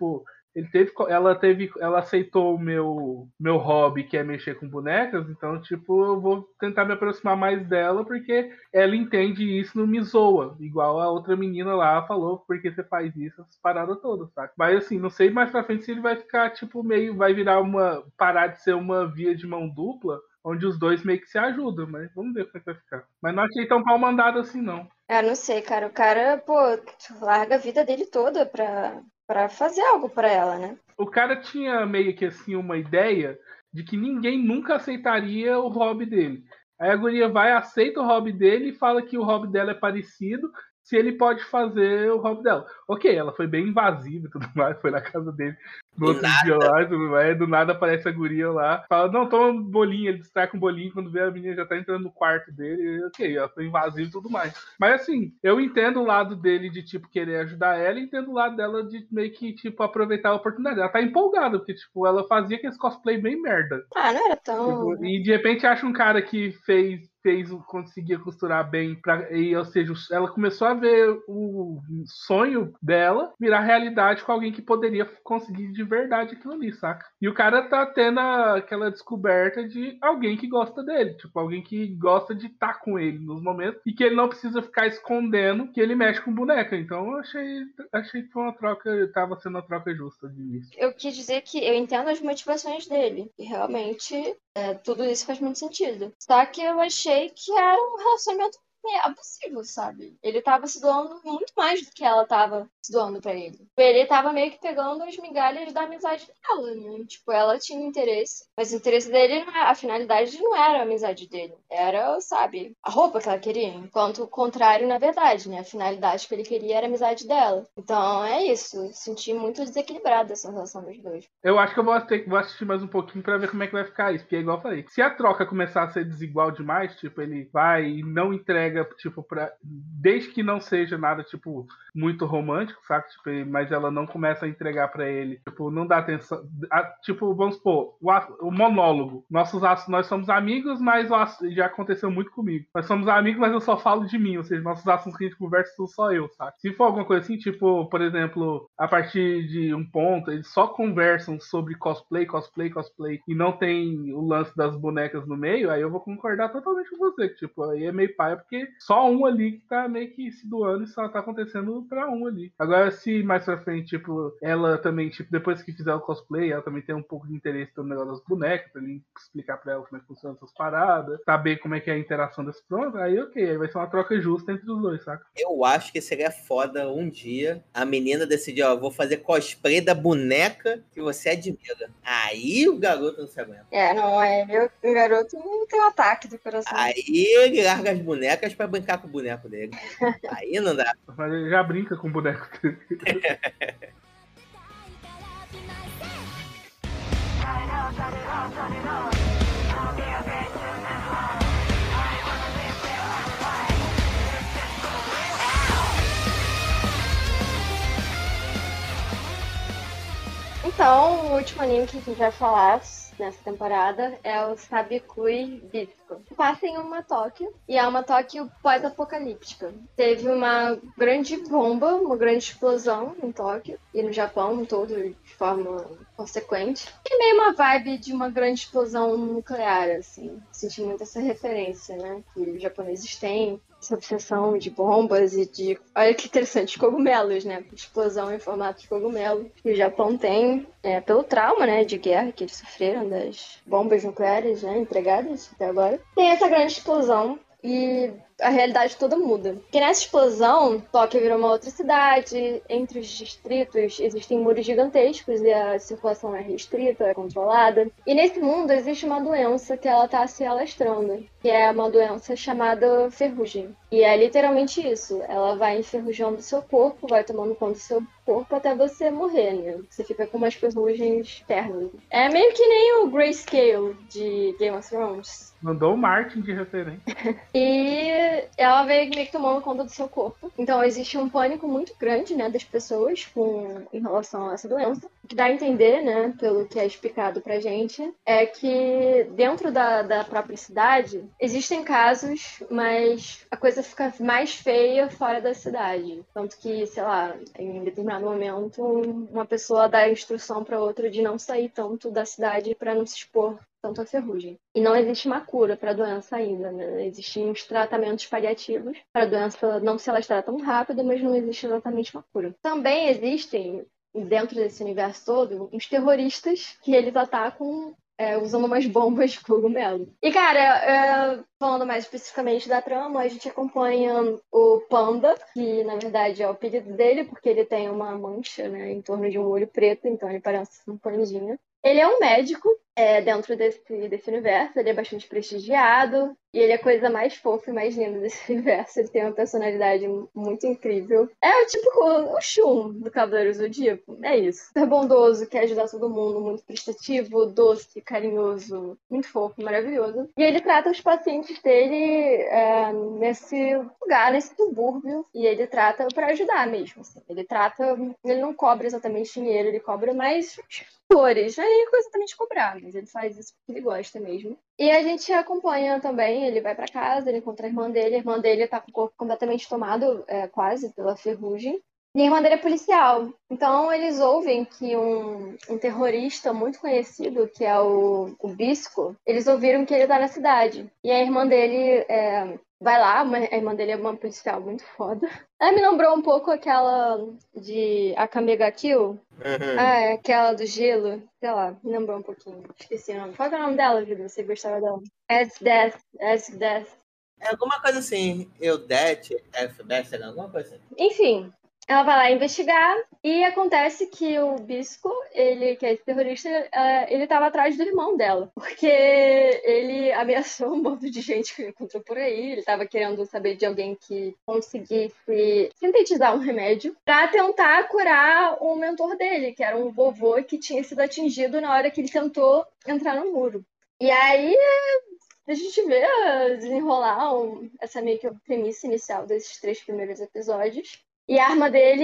ele teve, ela teve, ela aceitou o meu, meu hobby, que é mexer com bonecas, então, tipo, eu vou tentar me aproximar mais dela, porque ela entende isso, não me zoa, igual a outra menina lá falou, por que você faz isso, essas paradas todas, sabe? Mas, assim, não sei mais pra frente se ele vai ficar, tipo, meio, vai virar uma, parar de ser uma via de mão dupla, onde os dois meio que se ajudam, mas vamos ver como é que vai ficar. Mas não achei tão pau mandado assim, não. É, não sei, cara. O cara, pô, larga a vida dele toda pra, pra fazer algo pra ela, né? O cara tinha meio que assim uma ideia de que ninguém nunca aceitaria o hobby dele. Aí a guria vai, aceita o hobby dele e fala que o hobby dela é parecido, se ele pode fazer o hobby dela. Ok, ela foi bem invasiva e tudo mais, foi na casa dele no Do outro nada. dia lá, tudo mais, do nada aparece a guria lá, fala, não, toma um bolinho, ele distrai com um bolinho, quando vê a menina já tá entrando no quarto dele, e, ok, ela foi invasiva e tudo mais. Mas assim, eu entendo o lado dele de, tipo, querer ajudar ela, e entendo o lado dela de meio que, tipo, aproveitar a oportunidade. Ela tá empolgada, porque, tipo, ela fazia aqueles cosplay bem merda. Ah, não era tão. Tipo, e de repente acha um cara que fez, fez conseguia costurar bem, pra, e, ou seja, ela começou a ver o sonho dela virar realidade com alguém que poderia conseguir de verdade aquilo ali, saca? E o cara tá tendo aquela descoberta de alguém que gosta dele, tipo, alguém que gosta de estar com ele nos momentos e que ele não precisa ficar escondendo que ele mexe com boneca. Então eu achei, achei que foi uma troca, tava sendo uma troca justa de início. Eu quis dizer que eu entendo as motivações dele. E realmente, é, tudo isso faz muito sentido. Só que eu achei que era um relacionamento meio abusivo, sabe? Ele tava se doando muito mais do que ela tava se doando pra ele. Ele tava meio que pegando as migalhas da amizade dela, né? Tipo, ela tinha um interesse, mas o interesse dele, não é, a finalidade não era a amizade dele. Era, sabe, a roupa que ela queria. Enquanto o contrário, na verdade, né? A finalidade que ele queria era a amizade dela. Então, é isso. Eu senti muito desequilibrada essa relação dos dois. Eu acho que eu vou, ter, vou assistir mais um pouquinho pra ver como é que vai ficar isso. Porque é igual eu falei. Se a troca começar a ser desigual demais, tipo, ele vai e não entrega, tipo, pra. Desde que não seja nada, tipo, muito romântico, sabe? Tipo, mas ela não começa a entregar pra ele. Tipo, não dá atenção. A, tipo, vamos supor, o, o monólogo. Nossos nós somos amigos, mas o, já aconteceu muito comigo. Nós somos amigos, mas eu só falo de mim. Ou seja, nossos assuntos que a gente conversa são só eu, sabe? Se for alguma coisa assim, tipo, por exemplo, a partir de um ponto, eles só conversam sobre cosplay, cosplay, cosplay, e não tem o lance das bonecas no meio, aí eu vou concordar totalmente com você, que, tipo, aí é meio paia, porque só um ali que tá meio que se doando e só tá acontecendo pra um ali. Agora, se mais pra frente, tipo, ela também, tipo, depois que fizer o cosplay, ela também tem um pouco de interesse no negócio das bonecas, pra ele explicar pra ela como é que funcionam essas paradas, saber como é que é a interação desse pronto, aí ok, aí vai ser uma troca justa entre os dois, saca? Eu acho que seria foda um dia a menina decidir, ó, vou fazer cosplay da boneca que você admira. Aí o garoto não se aguenta. É, não, é. Meu garoto não tem um ataque do coração. Aí ele larga as bonecas pra brincar com o boneco dele. Aí não dá. Mas ele já brinca com o boneco dele. Então, o último anime que a gente vai falar nessa temporada é o Sabikui Bisco. Passa em uma Tóquio, e é uma Tóquio pós-apocalíptica. Teve uma grande bomba, uma grande explosão em Tóquio, e no Japão todo de forma consequente. E meio uma vibe de uma grande explosão nuclear, assim. Senti muito essa referência, né? Que os japoneses têm. Essa obsessão de bombas e de... Olha que interessante, cogumelos, né? Explosão em formato de cogumelo. Que o Japão tem é, pelo trauma, né? De guerra que eles sofreram das bombas nucleares, né? Empregadas até agora. Tem essa grande explosão e a realidade toda muda. Porque nessa explosão, Tóquio virou uma outra cidade, entre os distritos existem muros gigantescos e a circulação é restrita, é controlada. E nesse mundo existe uma doença que ela está se alastrando, que é uma doença chamada ferrugem. E é literalmente isso, ela vai enferrujando o seu corpo, vai tomando conta do seu corpo até você morrer, né? Você fica com umas ferrugens ternas. É meio que nem o Grayscale de Game of Thrones. Mandou o Martin de referência. E ela veio meio que tomando conta do seu corpo. Então existe um pânico muito grande, né, das pessoas com, em relação a essa doença. O que dá a entender, né, pelo que é explicado pra gente, é que dentro da, da própria cidade existem casos, mas a coisa fica mais feia fora da cidade. Tanto que, sei lá, em determinado momento, uma pessoa dá instrução pra outra de não sair tanto da cidade pra não se expor tanto a ferrugem. E não existe uma cura para a doença ainda, né? Existem uns tratamentos paliativos para a doença não se alastrar tão rápido, mas não existe exatamente uma cura. Também existem, dentro desse universo todo, uns terroristas que eles atacam é, usando umas bombas de cogumelo. E, cara, é, falando mais especificamente da trama, a gente acompanha o Panda, que na verdade é o apelido dele, porque ele tem uma mancha, né, em torno de um olho preto, então ele parece um pandinha. Ele é um médico é, dentro desse, desse universo, ele é bastante prestigiado e ele é a coisa mais fofa e mais linda desse universo. Ele tem uma personalidade muito incrível. É o tipo o, o Shun do Cavaleiro Zodíaco, é isso. Super bondoso, quer ajudar todo mundo, muito prestativo, doce, carinhoso, muito fofo, maravilhoso. E ele trata os pacientes dele é, nesse lugar, nesse subúrbio, e ele trata para ajudar mesmo. Assim. Ele trata, ele não cobra exatamente dinheiro, ele cobra mais cores, não é nem exatamente cobrar, mas ele faz isso porque ele gosta mesmo. E a gente acompanha também, ele vai pra casa, ele encontra a irmã dele, a irmã dele tá com o corpo completamente tomado, é, quase, pela ferrugem. E a irmã dele é policial. Então eles ouvem que um, um terrorista muito conhecido, que é o, o Bisco, eles ouviram que ele tá na cidade. E a irmã dele é, vai lá, a irmã dele é uma policial muito foda. Ela me lembrou um pouco aquela de Akame ga Kill. Uhum. Ah, é aquela do gelo. Sei lá, me lembrou um pouquinho. Esqueci o nome. Qual que é o nome dela, Júlio? Você gostava dela? S-Death. S-Death. É alguma coisa assim, Eudete, F B S, alguma coisa assim. Enfim, ela vai lá investigar e acontece que o Bisco, ele, que é esse terrorista, é, ele tava atrás do irmão dela. Porque ele ameaçou um bando de gente que ele encontrou por aí. Ele tava querendo saber de alguém que conseguisse sintetizar um remédio pra tentar curar o mentor dele, que era um vovô que tinha sido atingido na hora que ele tentou entrar no muro. E aí a gente vê desenrolar um, essa meio que a premissa inicial desses três primeiros episódios. E a arma dele,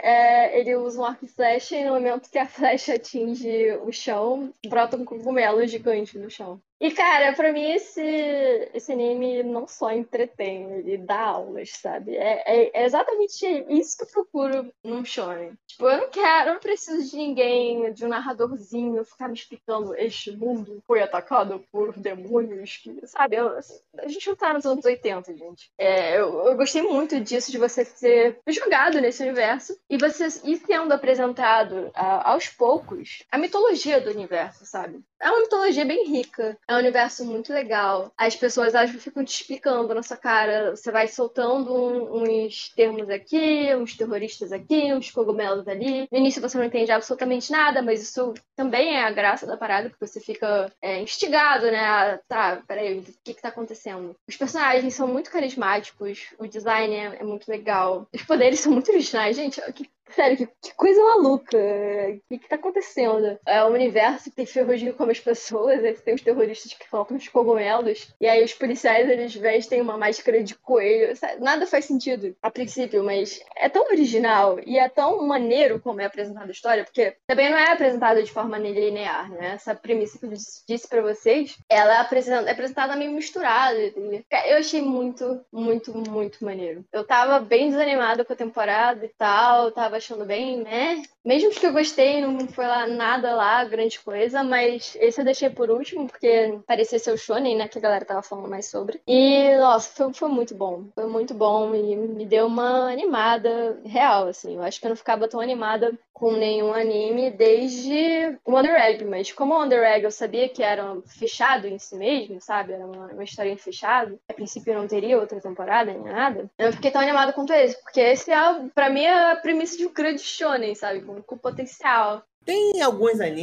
é, ele usa um arco e flecha e no momento que a flecha atinge o chão, brota um cogumelo gigante no chão. E, cara, pra mim esse, esse anime não só entretém, ele dá aulas, sabe? É, é, é exatamente isso que eu procuro num shonen. Tipo, eu não quero, eu não preciso de ninguém, de um narradorzinho, ficar me explicando este mundo foi atacado por demônios, que, sabe? Eu, a gente não tá nos anos oitenta, gente. É, eu, eu gostei muito disso, de você ser jogado nesse universo e você ir sendo apresentado a, aos poucos a mitologia do universo, sabe? É uma mitologia bem rica, é um universo muito legal. As pessoas elas ficam te explicando na sua cara, você vai soltando um, uns termos aqui, uns terroristas aqui, uns cogumelos ali. No início você não entende absolutamente nada, mas isso também é a graça da parada, porque você fica é, instigado, né? Ah, tá, peraí, o que que tá acontecendo? Os personagens são muito carismáticos, o design é, é muito legal, os poderes são muito originais, gente. Que, sério, que, que coisa maluca. O que que tá acontecendo? É um universo que tem ferrugem como as pessoas, aí tem os terroristas que faltam os cogumelos, e aí os policiais, eles vestem uma máscara de coelho. Sabe? Nada faz sentido a princípio, mas é tão original e é tão maneiro como é apresentada a história, porque também não é apresentada de forma linear, né? Essa premissa que eu disse pra vocês, ela é apresentada, é apresentada meio misturada. Entendeu? Eu achei muito, muito, muito maneiro. Eu tava bem desanimada com a temporada e tal, tava achando bem, né? Mesmo que eu gostei, não foi lá nada lá, grande coisa, mas esse eu deixei por último, porque parecia ser o shonen, né, que a galera tava falando mais sobre. E, nossa, foi, foi muito bom. Foi muito bom e me deu uma animada real, assim. Eu acho que eu não ficava tão animada com nenhum anime desde o Under Egg, mas como o Under Egg eu sabia que era fechado em si mesmo, sabe? Era uma, uma historinha fechada. A princípio não teria outra temporada, nem nada. Eu não fiquei tão animada quanto esse, porque esse, é, pra mim, é a premissa de um grande shonen, sabe? Com, com potencial. Tem alguns animes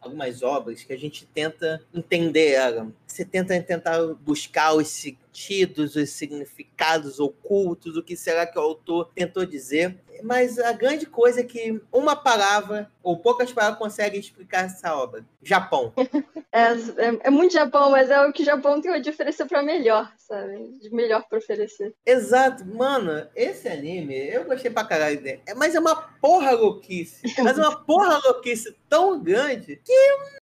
algumas obras que a gente tenta entender ela. Você tenta tentar buscar os sentidos, os significados ocultos, o que será que o autor tentou dizer. Mas a grande coisa é que uma palavra, ou poucas palavras, conseguem explicar essa obra. Japão. É, é, é muito Japão, mas é o que o Japão tem de oferecer pra melhor, sabe? De melhor pra oferecer. Exato. Mano, esse anime, eu gostei pra caralho dele. É, mas é uma porra louquice. Mas é uma porra louquice tão grande que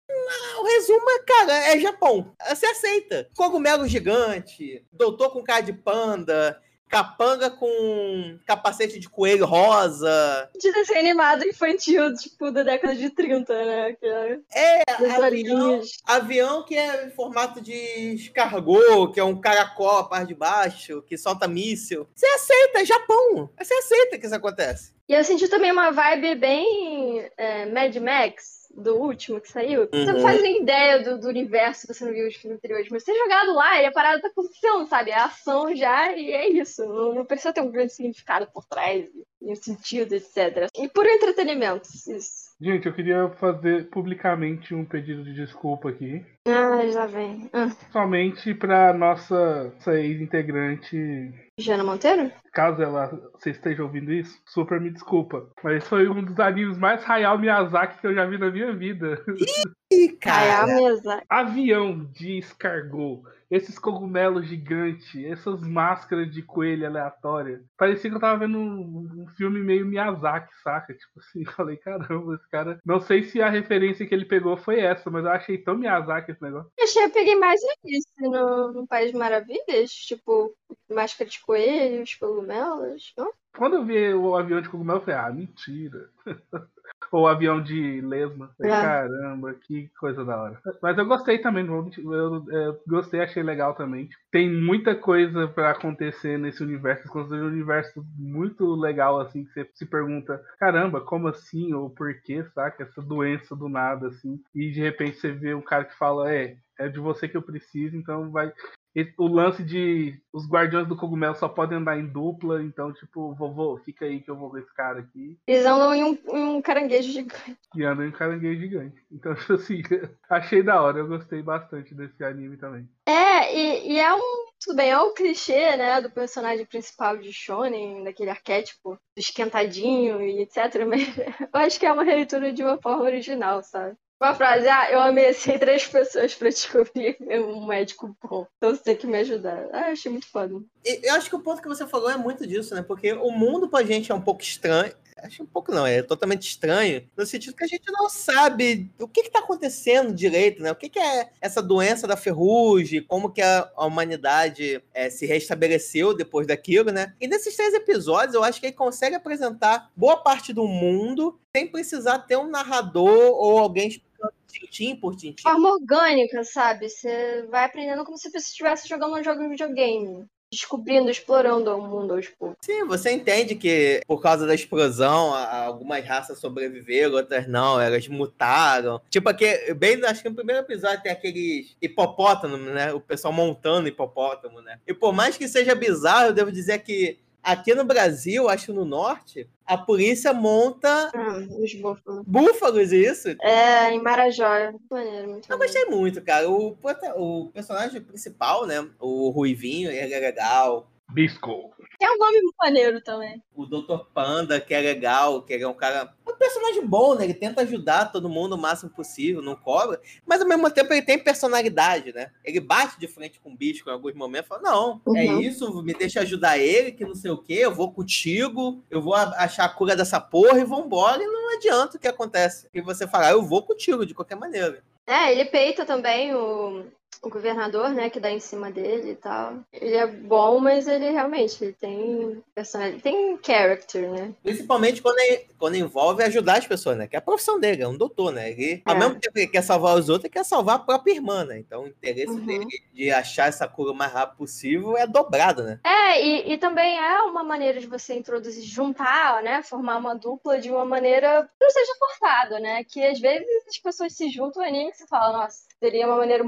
o resumo é, cara, é Japão. Você aceita. Cogumelo gigante, doutor com cara de panda, capanga com capacete de coelho rosa. De desenho animado infantil, tipo, da década de trinta, né? Que é, das avião, olhinhas. avião que é em formato de escargot, que é um caracol a parte de baixo, que solta míssil. Você aceita, é Japão. Você aceita que isso acontece. E eu senti também uma vibe bem é, Mad Max, do último que saiu. Você não Uhum. faz nem ideia do, do universo, você não viu os filmes anteriores, mas você é jogado lá e a parada tá acontecendo, sabe? É ação já e é isso. Não, não precisa ter um grande significado por trás, e um sentido, etcétera. E por entretenimento, isso. Gente, eu queria fazer publicamente um pedido de desculpa aqui. Ah, já vem. Ah. Somente pra nossa, nossa ex-integrante. Jana Monteiro? Caso ela você esteja ouvindo isso, super me desculpa. Mas foi um dos animes mais Hayao Miyazaki que eu já vi na minha vida. Ih, cara. Miyazaki. Avião de escargot, esses cogumelos gigantes, essas máscaras de coelho aleatória. Parecia que eu tava vendo um, um filme meio Miyazaki, saca? Tipo assim, falei, caramba, esse cara... Não sei se a referência que ele pegou foi essa, mas eu achei tão Miyazaki esse negócio. Eu achei, eu peguei mais isso no, no País de Maravilhas, tipo, máscara de coelhos, cogumelos, não? Quando eu vi o avião de cogumelo, eu falei, ah, mentira. Ou o avião de lesma. Falei, É. caramba, que coisa da hora. Mas eu gostei também, não vou mentir, eu, eu gostei, achei legal também. Tem muita coisa pra acontecer nesse universo, considero um universo muito legal, assim, que você se pergunta, caramba, como assim? Ou por que, saca? Essa doença do nada, assim. E de repente você vê um cara que fala, é, é de você que eu preciso, então vai... O lance de os guardiões do cogumelo só podem andar em dupla, então, tipo, vovô, fica aí que eu vou ver esse cara aqui. Eles andam em um, em um caranguejo gigante. E andam em um caranguejo gigante. Então, assim, achei da hora, eu gostei bastante desse anime também. É, e, e é um. Tudo bem, é o clichê, né, do personagem principal de Shonen, daquele arquétipo do esquentadinho e etcétera. Mas eu acho que é uma releitura de uma forma original, sabe? Uma frase, ah, eu amei três pessoas pra descobrir um médico bom. Então você tem que me ajudar. Ah, eu achei muito foda. Eu acho que o ponto que você falou é muito disso, né? Porque o mundo pra gente é um pouco estranho. Acho um pouco não, é totalmente estranho, no sentido que a gente não sabe o que está acontecendo direito, né? O que, que é essa doença da ferrugem, como que a, a humanidade é, se restabeleceu depois daquilo, né? E nesses três episódios, eu acho que ele consegue apresentar boa parte do mundo sem precisar ter um narrador ou alguém explicando tintim por tintim. Forma orgânica, sabe? Você vai aprendendo como se você estivesse jogando um jogo de videogame. Descobrindo, explorando o mundo aos poucos. Sim, você entende que por causa da explosão, algumas raças sobreviveram, outras não, elas mutaram. Tipo, aqui, bem, acho que no primeiro episódio tem aqueles hipopótamos, né? O pessoal montando hipopótamo, né? E por mais que seja bizarro, eu devo dizer que aqui no Brasil, acho que no norte, a polícia monta ah, os búfalos. Búfalos, isso? É, em Marajó. Muito maneiro, muito Eu maneiro. gostei muito, cara. O, o personagem principal, né? O Ruivinho, ele é legal. Bisco. É um nome muito maneiro também. O doutor Panda, que é legal, que é um cara... É um personagem bom, né? Ele tenta ajudar todo mundo o máximo possível, não cobra. Mas, ao mesmo tempo, ele tem personalidade, né? Ele bate de frente com o bicho em alguns momentos e fala, não, uhum. é isso, me deixa ajudar ele, que não sei o quê, eu vou contigo, eu vou achar a cura dessa porra e vambora. E não adianta o que acontece. E você fala, eu vou contigo, de qualquer maneira. É, ele peita também o... o governador, né, que dá em cima dele e tal. Ele é bom, mas ele realmente ele tem personalidade, tem character, né? Principalmente quando, ele, quando envolve ajudar as pessoas, né? Que é a profissão dele, é um doutor, né? Ele, é. Ao mesmo tempo que ele quer salvar os outros, ele quer salvar a própria irmã, né? Então o interesse uhum. dele de achar essa cura o mais rápido possível é dobrado, né? É, e, e também é uma maneira de você introduzir, juntar, né? Formar uma dupla de uma maneira que não seja forçado, né? Que às vezes as pessoas se juntam em anime e você fala, nossa, seria uma maneira muito mais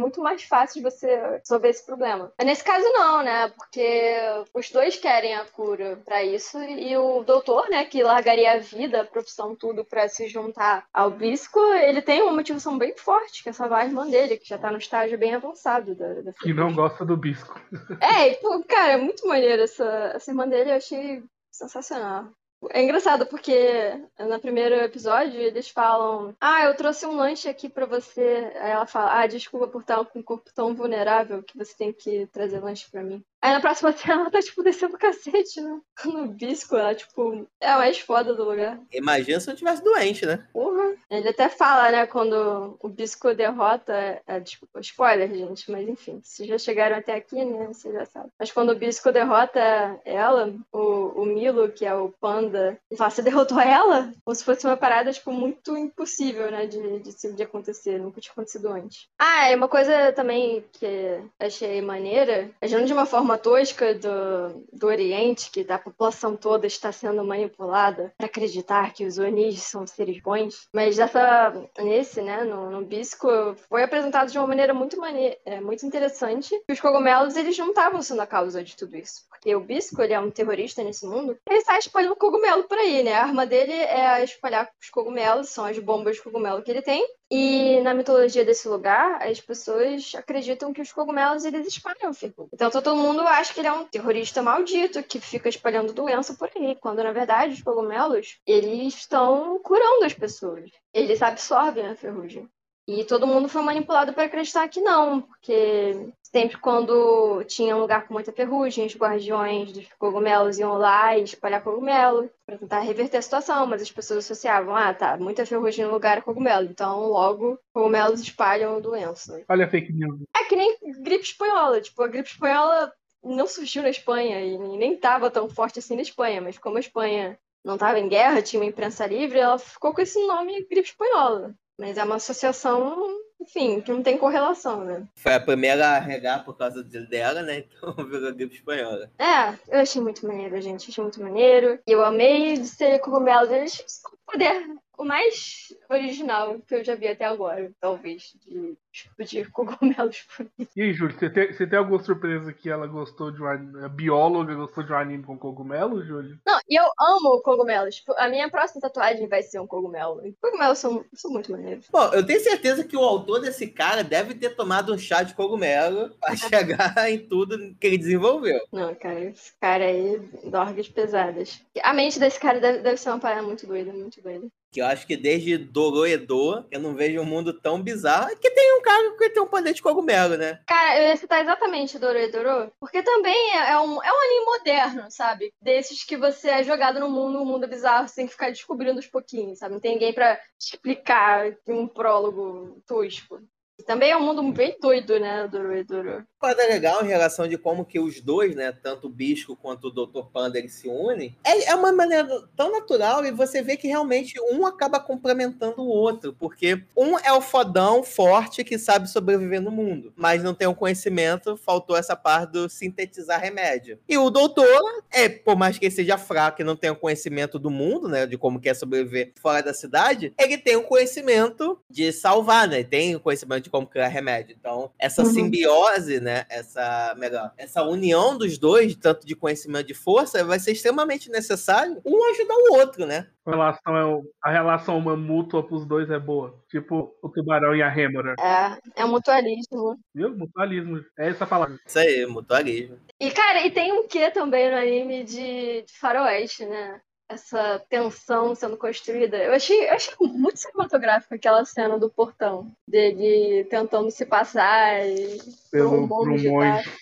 fácil de você resolver esse problema. Mas nesse caso não, né? Porque os dois querem a cura pra isso e o doutor, né, que largaria a vida, a profissão, tudo pra se juntar ao Bisco, ele tem uma motivação bem forte, que é salvar a irmã dele, que já tá no estágio bem avançado da, da Que não gosta do Bisco. É, e, pô, cara, é muito maneiro essa, essa irmã dele, eu achei sensacional. É engraçado porque no primeiro episódio eles falam: ah, eu trouxe um lanche aqui pra você. Aí ela fala: ah, desculpa por estar com um corpo tão vulnerável que você tem que trazer lanche pra mim. Aí na próxima cena ela tá, tipo, descendo o cacete, né? No Bisco, ela, tipo, é a mais foda do lugar. Imagina se eu tivesse doente, né? Porra. Ele até fala, né, quando o Bisco derrota, é, é, tipo, spoiler, gente, mas enfim, se já chegaram até aqui, né, vocês já sabem. Mas quando o Bisco derrota ela, o, o Milo, que é o panda, ele fala: você derrotou ela? Como se fosse uma parada, tipo, muito impossível, né, de, de, de acontecer, nunca tinha acontecido antes. Ah, e uma coisa também que achei maneira, agindo de uma forma tosca do, do Oriente, que a população toda está sendo manipulada para acreditar que os Onis são seres bons, mas dessa, nesse, né, no, no Bisco, foi apresentado de uma maneira muito, mane é, muito interessante que os cogumelos, eles não estavam sendo a causa de tudo isso. Porque o Bisco, ele é um terrorista nesse mundo, ele está espalhando cogumelo por aí, né? A arma dele é espalhar os cogumelos, são as bombas de cogumelo que ele tem. E na mitologia desse lugar, as pessoas acreditam que os cogumelos, eles espalham ferrugem. Então todo mundo acha que ele é um terrorista maldito que fica espalhando doença por aí, quando na verdade os cogumelos, eles estão curando as pessoas. Eles absorvem a ferrugem. E todo mundo foi manipulado para acreditar que não, porque sempre quando tinha um lugar com muita ferrugem, os guardiões dos cogumelos iam lá e espalhar cogumelo para tentar reverter a situação, mas as pessoas associavam: ah, tá, muita ferrugem no lugar é cogumelo, então logo cogumelos espalham doença. Olha a fake news. É que nem gripe espanhola, tipo, a gripe espanhola não surgiu na Espanha e nem estava tão forte assim na Espanha, mas como a Espanha não estava em guerra, tinha uma imprensa livre, ela ficou com esse nome gripe espanhola. Mas é uma associação, enfim, que não tem correlação, né? Foi a primeira a regar por causa dela, né? Então virou gripe espanhola. É, eu achei muito maneiro, gente. Achei muito maneiro. E eu amei de ser cogumelos. Eles são o poder, o mais original que eu já vi até agora, talvez, de explodir cogumelos por aí. E aí, Júlio, você tem, você tem alguma surpresa que ela gostou de um anime, a bióloga gostou de um anime com cogumelo, Júlio? Não, e eu amo cogumelos. Tipo, a minha próxima tatuagem vai ser um cogumelo. E cogumelos são, são muito maneiros. Bom, eu tenho certeza que o autor desse cara deve ter tomado um chá de cogumelo pra chegar em tudo que ele desenvolveu. Não, cara, esse cara aí, dorgas pesadas. A mente desse cara deve, deve ser uma parada muito doida, muito doida. Que eu acho que desde Dorohedoro, eu não vejo um mundo tão bizarro. É que tem um cara que tem um poder de cogumelo, né? Cara, eu ia citar exatamente Dorohedoro, porque também é, é, um, é um anime moderno, sabe? Desses que você é jogado no mundo, um mundo bizarro, você tem que ficar descobrindo aos pouquinhos, sabe? Não tem ninguém pra explicar um prólogo tosco. E também é um mundo bem doido, né, Dorohedoro? Coisa legal em relação de como que os dois, né, tanto o Bisco quanto o doutor Panda, eles se unem, é, é uma maneira tão natural e você vê que realmente um acaba complementando o outro, porque um é o fodão forte que sabe sobreviver no mundo, mas não tem o conhecimento, faltou essa parte do sintetizar remédio. E o doutor, é, por mais que ele seja fraco e não tenha o conhecimento do mundo, né, de como que é sobreviver fora da cidade, ele tem o conhecimento de salvar, né, tem o conhecimento de como criar remédio. Então, essa uhum. simbiose, né, essa, melhor, essa união dos dois, tanto de conhecimento de força, vai ser extremamente necessário um ajudar o outro, né? A relação, é, a relação uma mútua pros dois é boa. Tipo o tubarão e a rêmora. É, é um mutualismo. Viu? Mutualismo. É essa palavra. Isso aí, mutualismo. E, cara, e tem um quê também no anime de, de faroeste, né? Essa tensão sendo construída. Eu achei, eu achei muito cinematográfica aquela cena do portão. Dele tentando se passar e... Pelo, por um monge.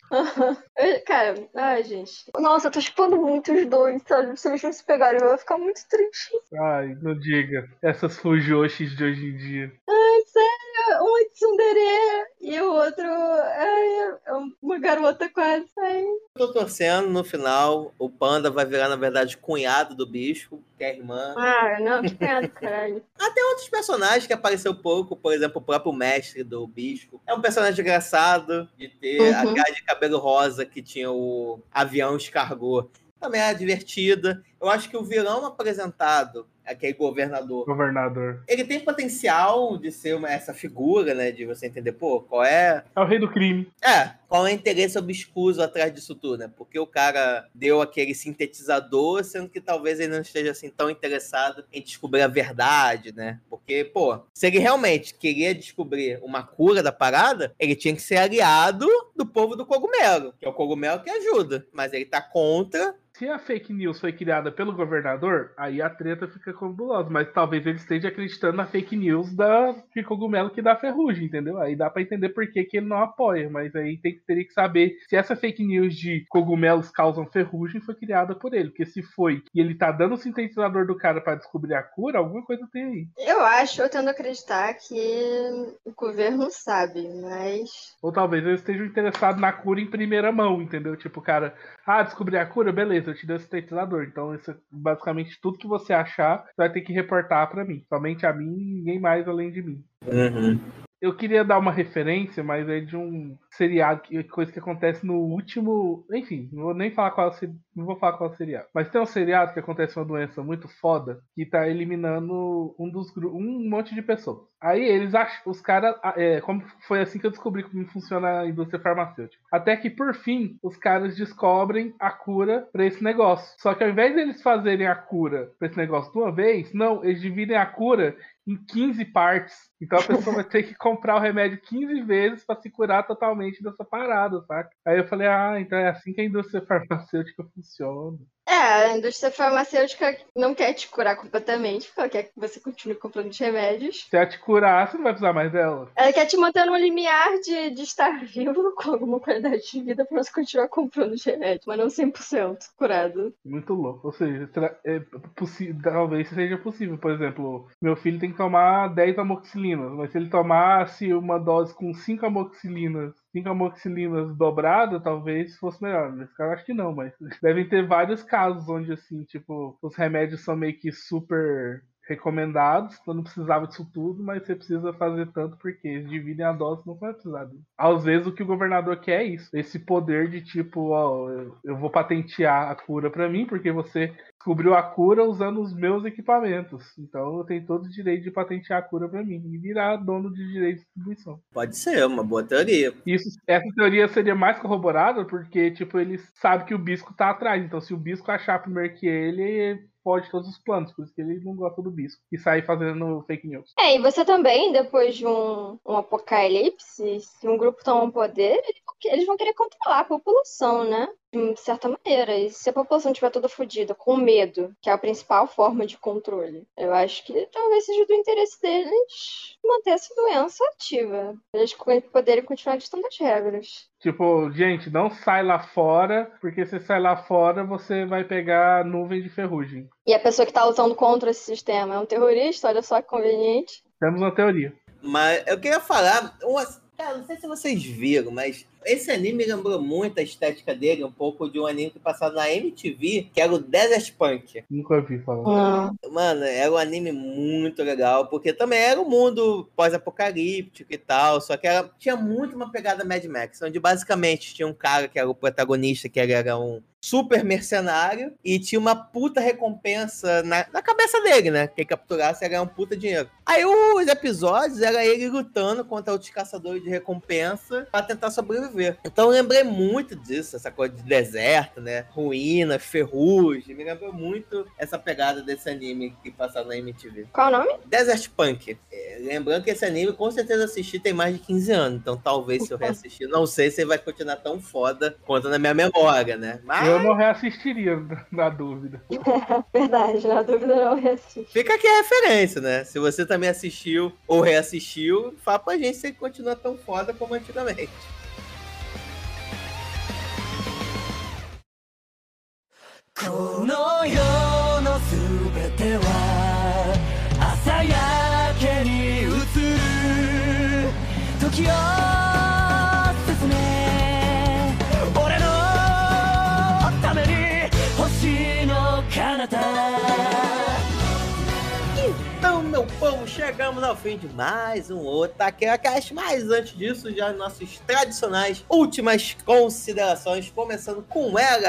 Cara, ai, gente. Nossa, eu tô chupando muito os dois, sabe? Se eles não se pegarem, eu vou ficar muito triste. Ai, não diga. Essas fujoshis de hoje em dia. Ai, sério. Um é tsundere e o outro ai, é uma garota quase. Ai. Eu tô torcendo, no final, o Panda vai virar, na verdade, cunhado do Bisco, que é a irmã. Ah, não, que cunhado, caralho. Até outros personagens que apareceu pouco, por exemplo, o próprio mestre do Bisco. É um personagem engraçado de ter uhum. a cara de cabelo rosa que tinha o avião escargot. Também é divertida. Eu acho que o vilão apresentado, aquele governador, Governador. ele tem potencial de ser uma, essa figura, né? De você entender, pô, qual é... É o rei do crime. É, qual é o interesse obscuso atrás disso tudo, né? Porque o cara deu aquele sintetizador, sendo que talvez ele não esteja assim tão interessado em descobrir a verdade, né? Porque, pô, se ele realmente queria descobrir uma cura da parada, ele tinha que ser aliado do povo do cogumelo, que é o cogumelo que ajuda. Mas ele tá contra... Se a fake news foi criada pelo governador, aí a treta fica cabulosa. Mas talvez ele esteja acreditando na fake news da de cogumelo que dá ferrugem, entendeu? Aí dá pra entender por que, que ele não apoia. Mas aí tem, teria que saber se essa fake news de cogumelos causam ferrugem foi criada por ele. Porque se foi e ele tá dando o sintetizador do cara pra descobrir a cura, alguma coisa tem aí. Eu acho, eu tendo a acreditar que o governo sabe, mas... Ou talvez eles estejam interessados na cura em primeira mão, entendeu? Tipo, o cara, ah, descobri a cura, beleza, eu te dei o sintetizador. Então, isso é basicamente tudo que você achar, você vai ter que reportar pra mim. Somente a mim e ninguém mais além de mim. Uhum. Eu queria dar uma referência, mas é de um seriado, que, coisa que acontece no último... Enfim, não vou nem falar qual, não vou falar qual é o seriado. Mas tem um seriado que acontece uma doença muito foda, que tá eliminando um dos um monte de pessoas. Aí eles acham, os caras... É, como foi assim que eu descobri como funciona a indústria farmacêutica. Até que, por fim, os caras descobrem a cura pra esse negócio. Só que ao invés de eles fazerem a cura pra esse negócio de uma vez, não, eles dividem a cura em quinze partes. Então a pessoa vai ter que comprar o remédio quinze vezes pra se curar totalmente dessa parada, saca? Aí eu falei, ah, então é assim que a indústria farmacêutica funciona. É, a indústria farmacêutica não quer te curar completamente, porque ela quer que você continue comprando os remédios. Se ela te curar, você não vai precisar mais dela. Ela quer te manter no limiar de, de estar vivo com alguma qualidade de vida pra você continuar comprando os remédios, mas não cem por cento curado. Muito louco. Ou seja, será, é possível, talvez seja possível. Por exemplo, meu filho tem que tomar dez amoxicilinas, mas se ele tomasse uma dose com cinco amoxicilinas, cinco amoxicilinas dobrada, talvez fosse melhor. Nesse caso, acho que não, mas devem ter vários casos onde, assim, tipo, os remédios são meio que super recomendados, então não precisava disso tudo, mas você precisa fazer tanto porque eles dividem a dose, não vai precisar disso. Às vezes o que o governador quer é isso, esse poder de tipo, ó, eu vou patentear a cura pra mim, porque você descobriu a cura usando os meus equipamentos, então eu tenho todo o direito de patentear a cura pra mim e virar dono de direito de distribuição. Pode ser, uma boa teoria. Isso, essa teoria seria mais corroborada porque, tipo, eles sabem que o Bisco tá atrás, então se o Bisco achar primeiro que ele, pode todos os planos, por isso que ele não gosta do Bisco e sai fazendo fake news. É, e você também, depois de um, um apocalipse, se um grupo toma um poder, eles vão, eles vão querer controlar a população, né? De certa maneira. E se a população estiver toda fodida, com medo, que é a principal forma de controle, eu acho que talvez seja do interesse deles manter essa doença ativa. Eles poderem continuar ditando as regras. Tipo, gente, não sai lá fora, porque se sai lá fora, você vai pegar nuvem de ferrugem. E a pessoa que tá lutando contra esse sistema é um terrorista, olha só que conveniente. Temos uma teoria. Mas eu queria falar... Uma... Cara, não sei se vocês viram, mas esse anime lembrou muito a estética dele, um pouco de um anime que passava na M T V, que era o Desert Punk. Nunca ouvi falar. Não. Mano, era um anime muito legal, porque também era um mundo pós-apocalíptico e tal, só que era, tinha muito uma pegada Mad Max, onde basicamente tinha um cara que era o protagonista, que ele era um super mercenário, e tinha uma puta recompensa na, na cabeça dele, né? Quem capturasse ia ganhar um puta dinheiro. Aí os episódios era ele lutando contra outros caçadores de recompensa pra tentar sobreviver. Então eu lembrei muito disso, essa coisa de deserto, né? Ruína, ferrugem. Me lembrou muito essa pegada desse anime que passava na M T V. Qual o nome? Desert Punk. É, lembrando que esse anime, com certeza assisti tem mais de quinze anos. Então talvez se eu reassistir, não sei se ele vai continuar tão foda quanto na minha memória, né? Mas eu não reassistiria, na dúvida. Verdade, na dúvida não reassisti. Fica aqui a referência, né? Se você também assistiu ou reassistiu, fala pra gente se ele continua tão foda como antigamente. この世の全ては朝焼けに映る時を進め俺のために星の彼方 Então, meu povo, chegamos ao fim de mais um Otaquera Cast, mas antes disso, já nossas tradicionais últimas considerações, começando com ela,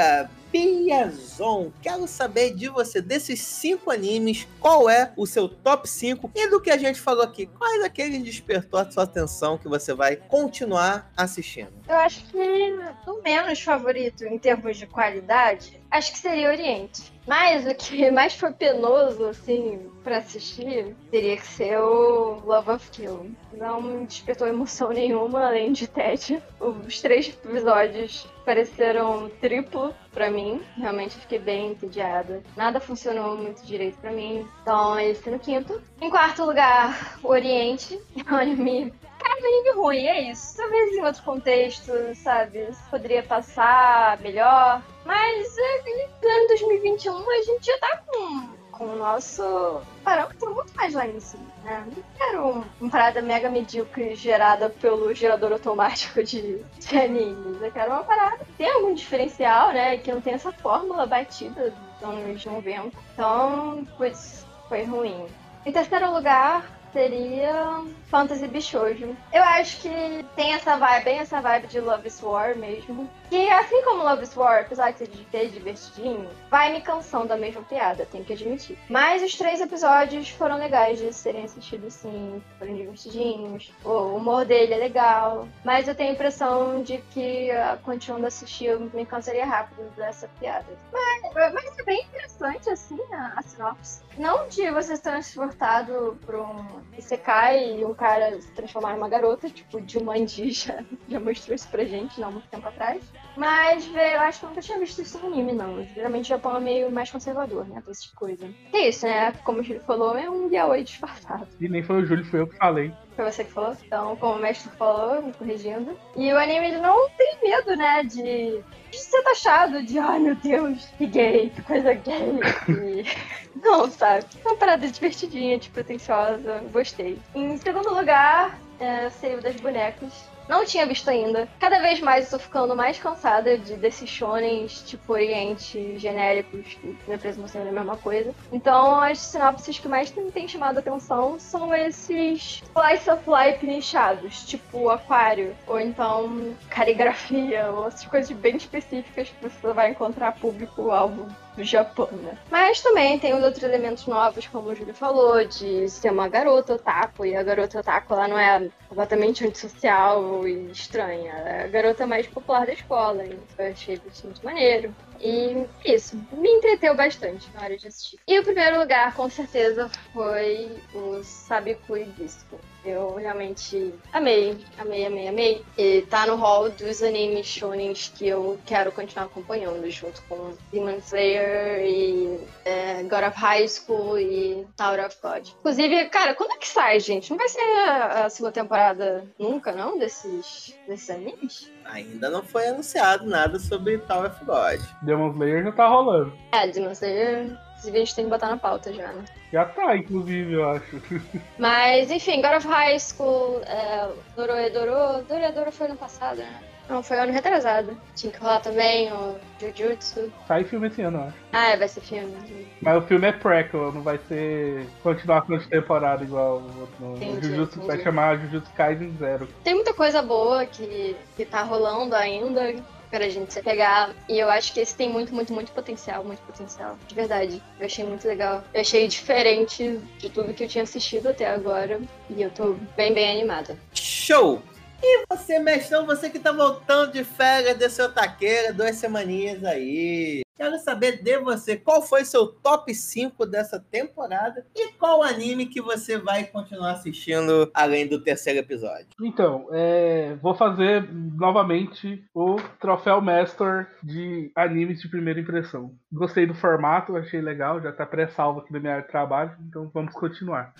Piazon, quero saber de você, desses cinco animes, qual é o seu top cinco? E do que a gente falou aqui, quais aqueles despertou a sua atenção que você vai continuar assistindo? Eu acho que o menos favorito em termos de qualidade, acho que seria Oriente. Mas o que mais foi penoso, assim, pra assistir, teria que ser o Love of Kill. Não me despertou emoção nenhuma, além de tédio. Os três episódios pareceram triplo pra mim. Realmente fiquei bem entediada. Nada funcionou muito direito pra mim. Então, esse no quinto. Em quarto lugar, o Oriente. É um anime... Cara, é um anime ruim, é isso. Talvez em outro contexto, sabe? Poderia passar melhor. Mas em plano dois mil e vinte e um a gente já tá com, com o nosso parâmetro muito mais lá em cima, né? Não quero um, uma parada mega medíocre gerada pelo gerador automático de, de animes. Eu quero uma parada que tenha algum diferencial, né? Que não tenha essa fórmula batida dos anos noventa. Então, pois, foi ruim. Em terceiro lugar, seria Fantasy Bishoujo. Eu acho que tem essa vibe, bem essa vibe de Love is War mesmo. Que assim como Love is War, apesar de ser divertidinho, vai me cansando da mesma piada, tenho que admitir. Mas os três episódios foram legais de serem assistidos, sim, foram divertidinhos. O humor dele é legal. Mas eu tenho a impressão de que, continuando a assistir, eu me cansaria rápido dessa piada. Mas, mas é bem interessante, assim, a, a sinopse. Não de você ser transportado por um Isekai e um cara se transformar numa garota, tipo, Jumanji já, já mostrou isso pra gente, não há muito tempo atrás. Mas, velho, eu acho que eu nunca tinha visto isso no anime, não. Geralmente o Japão é meio mais conservador, né, pra esse tipo de coisa. Que é isso, né? Como o Júlio falou, é um yaoi disfarçado. E nem foi o Júlio, foi eu que falei. Foi você que falou? Então, como o mestre falou, me corrigindo. E o anime, ele não tem medo, né, de, de ser taxado de, ai meu Deus, que gay, que coisa gay. E... não, sabe? É uma parada divertidinha, despretensiosa, gostei. Em segundo lugar, é, seria o das bonecas. Não tinha visto ainda. Cada vez mais eu tô ficando mais cansada de desses shonens tipo Oriente, genéricos, que me apresentam sempre a mesma coisa. Então, as sinopses que mais tem, tem chamado a atenção são esses slice of life nichados, tipo aquário, ou então caligrafia, ou essas coisas bem específicas que você vai encontrar público-alvo do Japão, né? Mas também tem os outros elementos novos, como o Júlio falou, de ser uma garota otaku, e a garota otaku ela não é completamente antissocial e estranha, é a garota mais popular da escola, e eu achei isso muito maneiro. E isso, me entreteu bastante na hora de assistir. E o primeiro lugar, com certeza, foi o Sabikui Disco. Eu realmente amei, amei, amei, amei. E tá no hall dos animes shonens que eu quero continuar acompanhando, junto com Demon Slayer e é, God of High School e Tower of God. Inclusive, cara, quando é que sai, gente? Não vai ser a, a segunda temporada nunca, não, desses, desses animes? Ainda não foi anunciado nada sobre Tower of God. Demon Slayer já tá rolando. É, Demon Slayer, inclusive a gente tem que botar na pauta já, né? Já tá, inclusive, eu acho. Mas, enfim, God of High School, é, Doroedoro, Doroedoro foi no passado, né? Não, foi ano retrasado. Tinha que rolar também o Jujutsu. Sai filme esse ano, eu acho. Ah, é, vai ser filme. Mas o filme é prequel, não vai ser continuação de temporada igual o outro. Não. Entendi, O Jujutsu entendi. vai chamar Jujutsu Kaisen Zero. Tem muita coisa boa que, que tá rolando ainda pra gente se pegar. E eu acho que esse tem muito, muito, muito potencial, muito potencial. De verdade. Eu achei muito legal. Eu achei diferente de tudo que eu tinha assistido até agora. E eu tô bem, bem animada. Show! E você, mestrão, você que tá voltando de férias de seu taqueira, duas semaninhas aí. Quero saber de você, qual foi seu top cinco dessa temporada e qual anime que você vai continuar assistindo além do terceiro episódio? Então, é, vou fazer novamente o troféu Master de animes de primeira impressão. Gostei do formato, achei legal, já tá pré-salvo aqui na minha área de trabalho, então vamos continuar.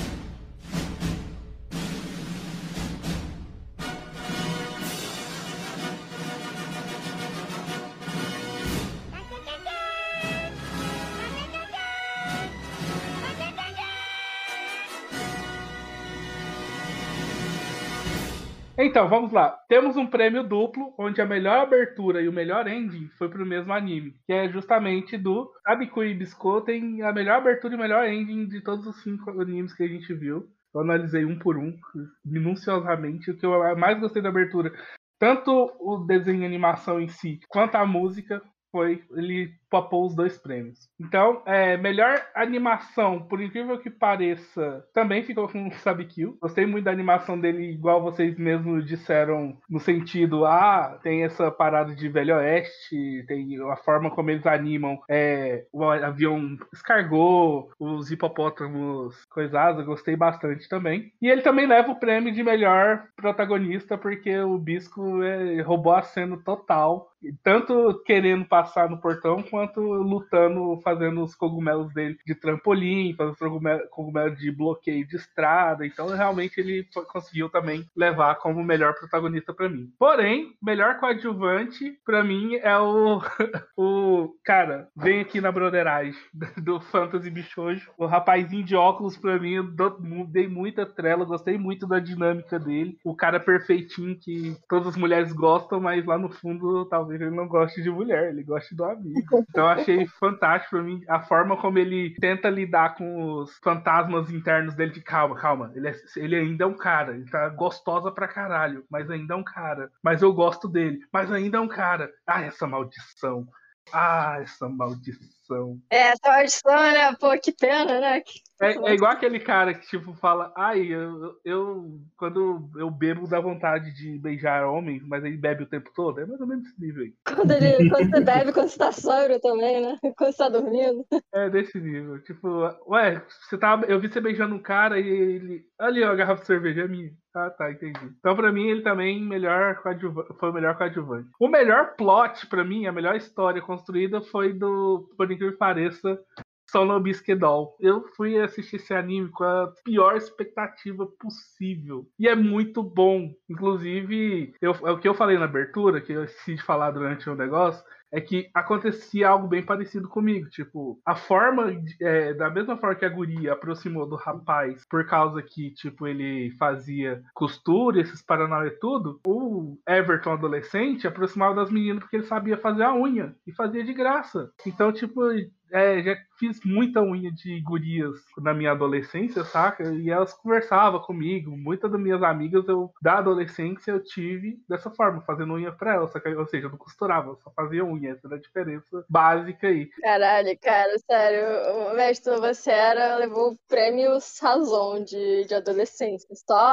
Então, vamos lá. Temos um prêmio duplo, onde a melhor abertura e o melhor ending foi pro mesmo anime, que é justamente do Sabikui Bisco, tem a melhor abertura e o melhor ending de todos os cinco animes que a gente viu. Eu analisei um por um, minuciosamente, o que eu mais gostei da abertura. Tanto o desenho e animação em si, quanto a música, foi, ele popou os dois prêmios. Então, é, melhor animação, por incrível que pareça, também ficou com o Sabe-Kill. Gostei muito da animação dele, igual vocês mesmos disseram, no sentido, ah, tem essa parada de Velho Oeste, tem a forma como eles animam, é, o avião escargot, os hipopótamos coisados, eu gostei bastante também. E ele também leva o prêmio de melhor protagonista, porque o Bisco é, roubou a cena total, tanto querendo passar no portão, quanto lutando, fazendo os cogumelos dele de trampolim, fazendo os cogumelos, cogumelos de bloqueio de estrada. Então, realmente, ele foi, conseguiu também levar como melhor protagonista pra mim. Porém, melhor coadjuvante, pra mim, é o... o cara, vem aqui na broderagem do Fantasy Bichojo. O rapazinho de óculos, pra mim, eu dei muita trela, gostei muito da dinâmica dele. O cara perfeitinho que todas as mulheres gostam, mas lá no fundo, talvez ele não goste de mulher, ele goste do amigo. Então eu achei fantástico pra mim a forma como ele tenta lidar com os fantasmas internos dele de calma, calma, ele, é, ele ainda é um cara, ele tá gostosa pra caralho, mas ainda é um cara, mas eu gosto dele, mas ainda é um cara. Ah, essa maldição. Ah, essa maldição. É, essa maldição, né? Pô, que pena, né? É, é igual aquele cara que, tipo, fala, ai, eu, eu, quando eu bebo dá vontade de beijar homens, mas ele bebe o tempo todo. É mais ou menos esse nível aí. Quando, ele, quando você bebe, quando você tá sóbrio também, né? Quando você tá dormindo. É desse nível. Tipo, ué, você tava, eu vi você beijando um cara e ele... Ali, ó, a garrafa de cerveja é minha. Ah, tá, entendi. Então, pra mim, ele também melhor coadjuvante, foi o melhor coadjuvante. O melhor plot, pra mim, a melhor história construída foi do, por incrível que pareça, Sono Bisquedol. Eu fui assistir esse anime com a pior expectativa possível. E é muito bom. Inclusive, eu, é o que eu falei na abertura, que eu esqueci de falar durante o negócio, é que acontecia algo bem parecido comigo. Tipo, a forma, é, da mesma forma que a guria aproximou do rapaz por causa que, tipo, ele fazia costura, esses paranauê e tudo, o Everton, adolescente, aproximava das meninas porque ele sabia fazer a unha e fazia de graça. Então, tipo, é, já fiz muita unha de gurias na minha adolescência, saca? E elas conversavam comigo. Muitas das minhas amigas eu, da adolescência eu tive dessa forma, fazendo unha pra elas. Só que, ou seja, eu não costurava, eu só fazia unha. Essa era a diferença básica aí. Caralho, cara, sério. O mestre, você era, levou o prêmio Sazon de, de adolescência. Só,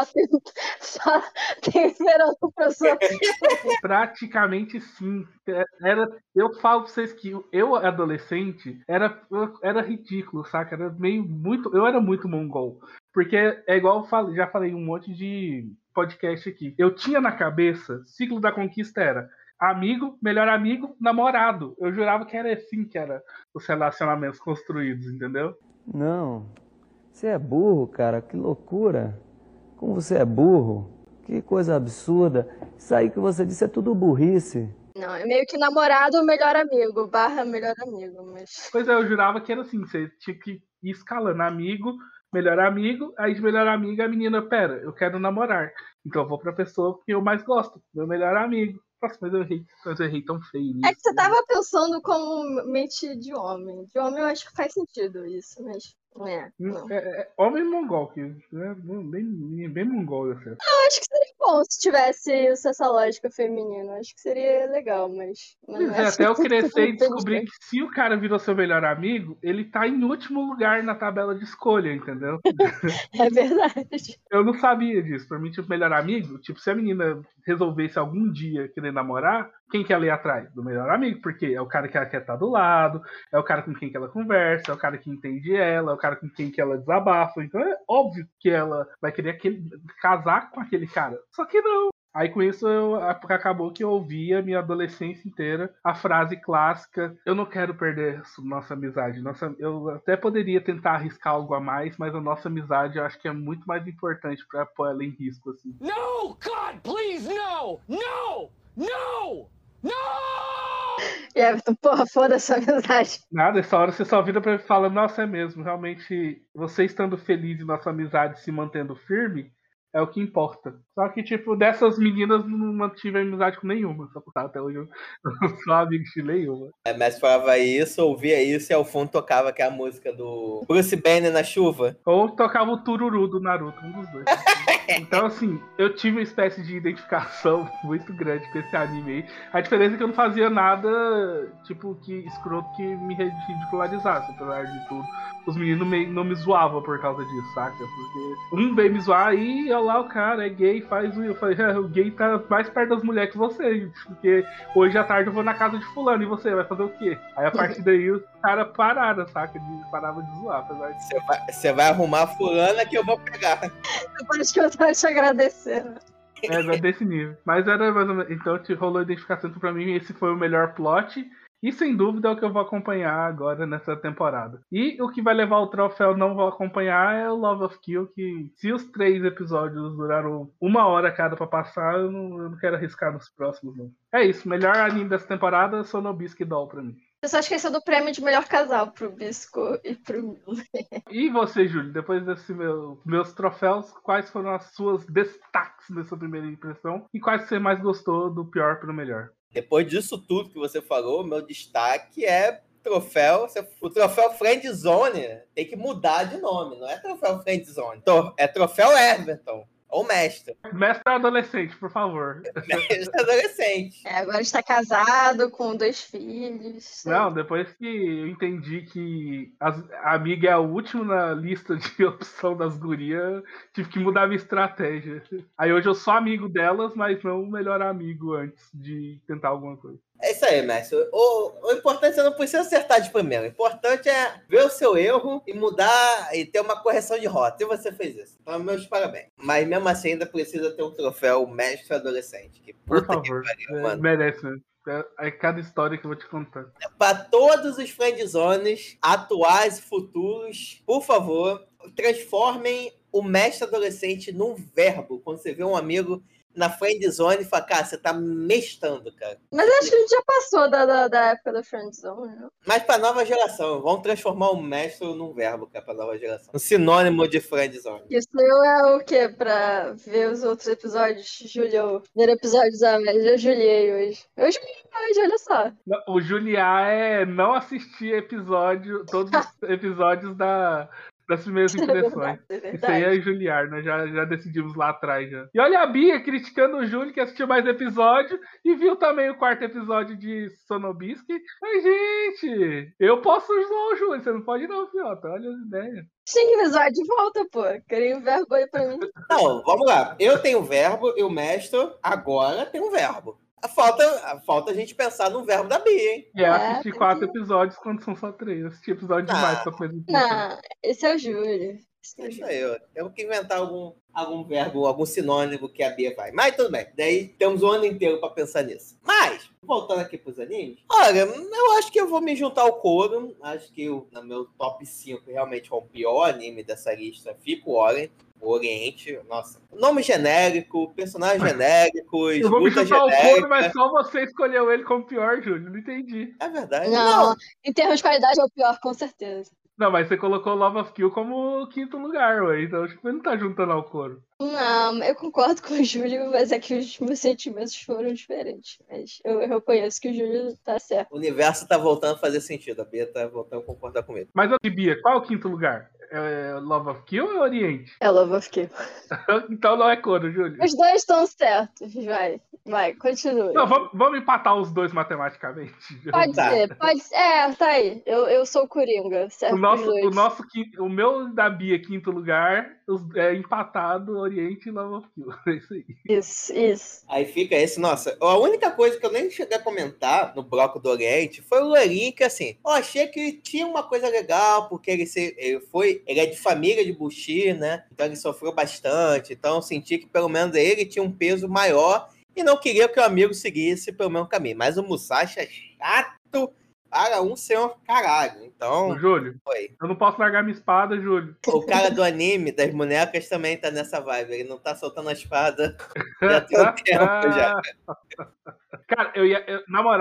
só temperando pra sua... Praticamente sim. Era, eu falo pra vocês que eu, adolescente, era, era ridículo, saca? Era meio muito. Eu era muito mongol. Porque é igual eu falei, já falei um monte de podcast aqui. Eu tinha na cabeça, ciclo da conquista era amigo, melhor amigo, namorado. Eu jurava que era assim que era os relacionamentos construídos, entendeu? Não. Você é burro, cara. Que loucura. Como você é burro. Que coisa absurda. Isso aí que você disse é tudo burrice. Não, é meio que namorado ou melhor amigo, barra melhor amigo, mas... Pois é, eu jurava que era assim, você tinha que ir escalando amigo, melhor amigo, aí de melhor amigo a menina, pera, eu quero namorar. Então eu vou pra pessoa que eu mais gosto, meu melhor amigo. Nossa, mas eu errei, mas eu errei tão feio nisso. É que você tava pensando como mente de homem. De homem eu acho que faz sentido isso, mas... É, não. É, é, homem mongol, que é bem, bem mongol. Assim. Eu acho que seria bom se tivesse essa lógica feminina. Acho que seria legal, mas... Pois é, até eu crescer e descobrir que se o cara virou seu melhor amigo, ele tá em último lugar na tabela de escolha, entendeu? É verdade. Eu não sabia disso. Pra mim, tipo, melhor amigo, tipo, se a menina resolvesse algum dia querer namorar, quem que ela ia atrás? Do melhor amigo, porque é o cara que ela quer estar do lado, é o cara com quem que ela conversa, é o cara que entende ela, é o cara com quem que ela desabafa. Então é óbvio que ela vai querer aquele, casar com aquele cara. Só que não. Aí com isso eu, acabou que eu ouvi a minha adolescência inteira a frase clássica: eu não quero perder nossa amizade. Nossa, eu até poderia tentar arriscar algo a mais, mas a nossa amizade eu acho que é muito mais importante pra pôr ela em risco, assim. No, God, please, no! No! No! No! E Everton, porra, foda-se a amizade. Nada, essa hora você só vira pra mim e fala: nossa, é mesmo, realmente, você estando feliz e nossa amizade se mantendo firme, é o que importa. Só que, tipo, dessas meninas não mantive amizade com nenhuma. Só que até hoje eu não sou amigo de nenhuma. É, mas falava isso, ouvia isso e ao fundo tocava que é a música do Bruce Banner na chuva. Ou tocava o Tururu do Naruto, um dos dois. Então, assim, eu tive uma espécie de identificação muito grande com esse anime aí. A diferença é que eu não fazia nada, tipo, que escroto que me ridicularizasse, apesar de tudo. Os meninos me, não me zoavam por causa disso, saca? Porque um veio me zoar e olha lá o cara é gay, faz o. Eu falei, é, o gay tá mais perto das mulheres que você, porque hoje à tarde eu vou na casa de fulano e você vai fazer o quê? Aí a partir daí os caras pararam, saca? De, paravam de zoar, apesar de. Você vai, você vai arrumar a fulana que eu vou pegar. Depois que eu tô te agradecendo. É, é desse nível. Mas era mais ou menos. Então te rolou identificação pra mim, esse foi o melhor plot. E sem dúvida é o que eu vou acompanhar agora nessa temporada. E o que vai levar o troféu não vou acompanhar é o Love of Kill, que se os três episódios duraram uma hora cada pra passar, eu não, eu não quero arriscar nos próximos, não. É isso, melhor anime dessa temporada, Sonobisque e Doll pra mim. Eu só esqueci do prêmio de melhor casal pro Bisco e pro Milo. E você, Júlio, depois desses meu, meus troféus, quais foram as suas destaques dessa primeira impressão? E quais você mais gostou do pior pro melhor? Depois disso tudo que você falou, meu destaque é troféu. O troféu Friendzone tem que mudar de nome, não é troféu Friendzone. É troféu Everton. Ou mestre. Mestre adolescente, por favor. Mestre adolescente. É, agora está casado com dois filhos. Não, depois que eu entendi que as, a amiga é a última na lista de opção das gurias, tive que mudar minha estratégia. Aí hoje eu sou amigo delas, mas não o melhor amigo antes de tentar alguma coisa. É isso aí, mestre. O, o importante é você não precisa acertar de primeiro. O importante é ver o seu erro e mudar e ter uma correção de rota. E você fez isso. Então, meus parabéns. Mas mesmo assim, ainda precisa ter um troféu mestre adolescente. Que Por puta favor, que pariu, é, mano. merece. É, é cada história que eu vou te contar. Para todos os friendzones, atuais e futuros, por favor, transformem o mestre adolescente num verbo. Quando você vê um amigo na friendzone e fala, cara, você tá mestando, cara. Mas acho que a gente já passou da, da, da época da friendzone, né? Mas pra nova geração, vamos transformar o mestre num verbo, cara, pra nova geração. Um sinônimo de friendzone. Isso é o quê? Pra ver os outros episódios? Julho, primeiro episódio da média, eu juliei hoje. Eu juliei hoje, olha só. O Juliar é não assistir episódio, todos os episódios da... das primeiras impressões. É verdade, é Isso aí é Juliar, nós já, já decidimos lá atrás. Já. E olha a Bia criticando o Júlio, que assistiu mais episódio e viu também o quarto episódio de Sonobisque. Mas, gente, eu posso zoar o Júlio, você não pode não, Fiota. Olha as ideias. Tem que usar de volta, pô. Queria um verbo aí pra mim. Não, vamos lá. Eu tenho verbo e o mestre agora tem um verbo. Falta, falta a gente pensar no verbo da Bia, hein? E é, É, assistir tem quatro que- episódios quando são só três. Assisti episódio Ah. demais pra coisa. Não, esse é o Júlio. Esse é o Isso Júlio. aí, eu tenho que inventar algum, algum verbo, algum sinônimo que a Bia vai. Mas tudo bem. Daí temos o ano inteiro pra pensar nisso. Mas, voltando aqui pros animes, olha, eu acho que eu vou me juntar ao coro. Acho que eu, no meu top cinco, realmente é o pior anime dessa lista. Fica o Oren. O Oriente, nossa. Nome genérico, personagens genéricos, Eu vou me luta chutar o genérica. couro, mas só você escolheu ele como pior, Júlio. Não entendi. É verdade. Não, Não, em termos de qualidade é o pior, com certeza. Não, mas você colocou Love of Kill como quinto lugar, ué. Então acho que você não tá juntando ao couro. Não, eu concordo com o Júlio, mas é que os meus sentimentos foram diferentes. Mas eu eu reconheço que o Júlio tá certo. o universo tá voltando a fazer sentido. A Bia tá voltando a concordar comigo. Mas, ô, Bia, qual é o quinto lugar? É Love of Kill ou é Oriente? É Love of Kill. Então não é couro, Júlio. Os dois estão certos, vai. Vai, continue. Não, vamos, vamos empatar os dois matematicamente. Pode Tá. ser, pode ser. É, tá aí. Eu, eu sou o Coringa, certo? O nosso, os dois. o nosso quinto, o meu da Bia, quinto lugar, os- é empatado Oriente e Love of Kill. É isso aí. Isso, isso. Aí fica esse, nossa, a única coisa que eu nem cheguei a comentar no bloco do Oriente foi o Loirinho, que assim, eu achei que ele tinha uma coisa legal, porque ele, se, ele foi, ele é de família de Bushi, né? Então ele sofreu bastante, então eu senti que pelo menos ele tinha um peso maior e não queria que o amigo seguisse pelo mesmo caminho. Mas o Musashi é chato para um senhor caralho. Ô, Então, Júlio, foi. eu não posso largar minha espada, Júlio. O cara do anime, das bonecas, também tá nessa vibe. Ele não tá soltando a espada já tem um tempo já. Cara, eu ia, eu- na moral,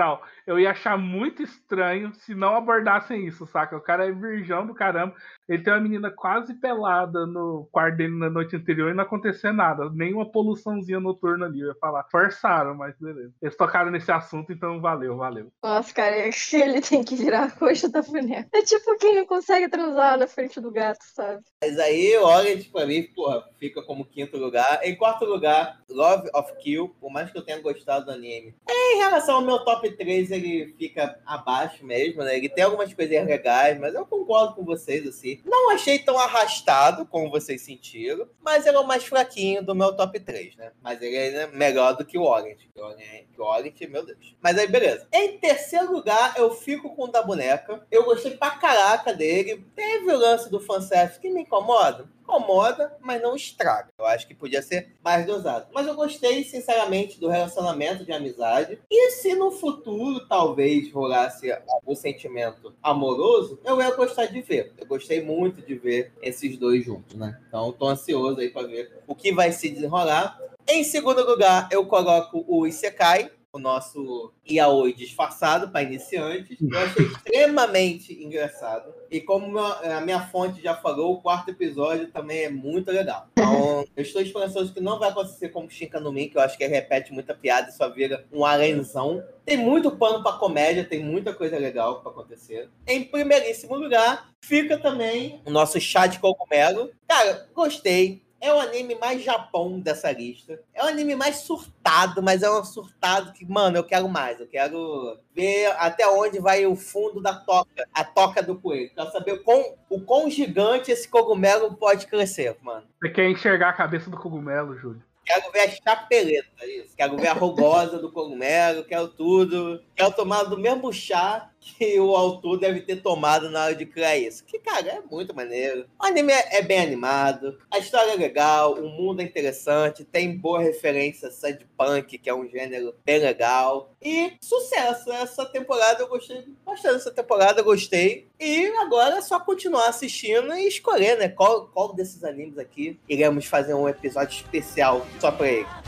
eu ia achar muito estranho se não abordassem isso, saca? O cara é virgão do caramba. Ele tem uma menina quase pelada no quarto dele na noite anterior e não acontecer nada. Nenhuma poluiçãozinha noturna ali, eu ia falar. Forçaram, mas beleza. Eles tocaram nesse assunto, então valeu, valeu. Nossa, cara, ele tem que virar a coxa da boneca. É tipo quem não consegue transar na frente do gato, sabe? Mas aí, Orange, pra mim, porra, fica como quinto lugar. Em quarto lugar, Love of Kill, por mais que eu tenha gostado do anime. Em relação ao meu top três, ele fica abaixo mesmo, né? Ele tem algumas coisinhas legais, mas eu concordo com vocês, assim. Não achei tão arrastado como vocês sentiram, mas ele é o mais fraquinho do meu top três, né? Mas ele é melhor do que o Orange. Que o Orange, que o Orange, meu Deus. Mas aí, beleza. Em terceiro lugar, eu fico com o da boneca. Eu gostei pra caraca dele. Teve o lance do fanservice que me incomoda. Incomoda, mas não estraga. Eu acho que podia ser mais dosado. Mas eu gostei, sinceramente, do relacionamento de amizade. E se no futuro, talvez, rolasse algum sentimento amoroso, eu ia gostar de ver. Eu gostei muito de ver esses dois juntos, né? Então, tô ansioso aí pra ver o que vai se desenrolar. Em segundo lugar, eu coloco o Isekai, o nosso yaoi disfarçado para iniciantes. Eu achei extremamente engraçado. E como meu, a minha fonte já falou, o quarto episódio também é muito legal. Então, eu estou esperançoso que não vai acontecer como Shinka no Mi, que eu acho que ele repete muita piada e só vira um arenzão. Tem muito pano para comédia, tem muita coisa legal para acontecer. Em primeiríssimo lugar, fica também o nosso chá de cogumelo. Cara, gostei. É o anime mais Japão dessa lista. É o anime mais surtado, mas é um surtado que, mano, eu quero mais. Eu quero ver até onde vai o fundo da toca, a toca do coelho. Quero saber o quão, o quão gigante esse cogumelo pode crescer, mano. Você quer enxergar a cabeça do cogumelo, Júlio? Quero ver a chapeleta, isso. Quero ver a rugosa do cogumelo, quero tudo. Quero tomar do mesmo chá que o autor deve ter tomado na hora de criar isso. Que, cara, é muito maneiro. O anime é, é bem animado, a história é legal, o mundo é interessante, tem boa referência a Sandpunk, que é um gênero bem legal. E sucesso. Essa temporada eu gostei bastante dessa temporada, eu gostei. E agora é só continuar assistindo e escolher, né? Qual, qual desses animes aqui iremos fazer um episódio especial só pra ele.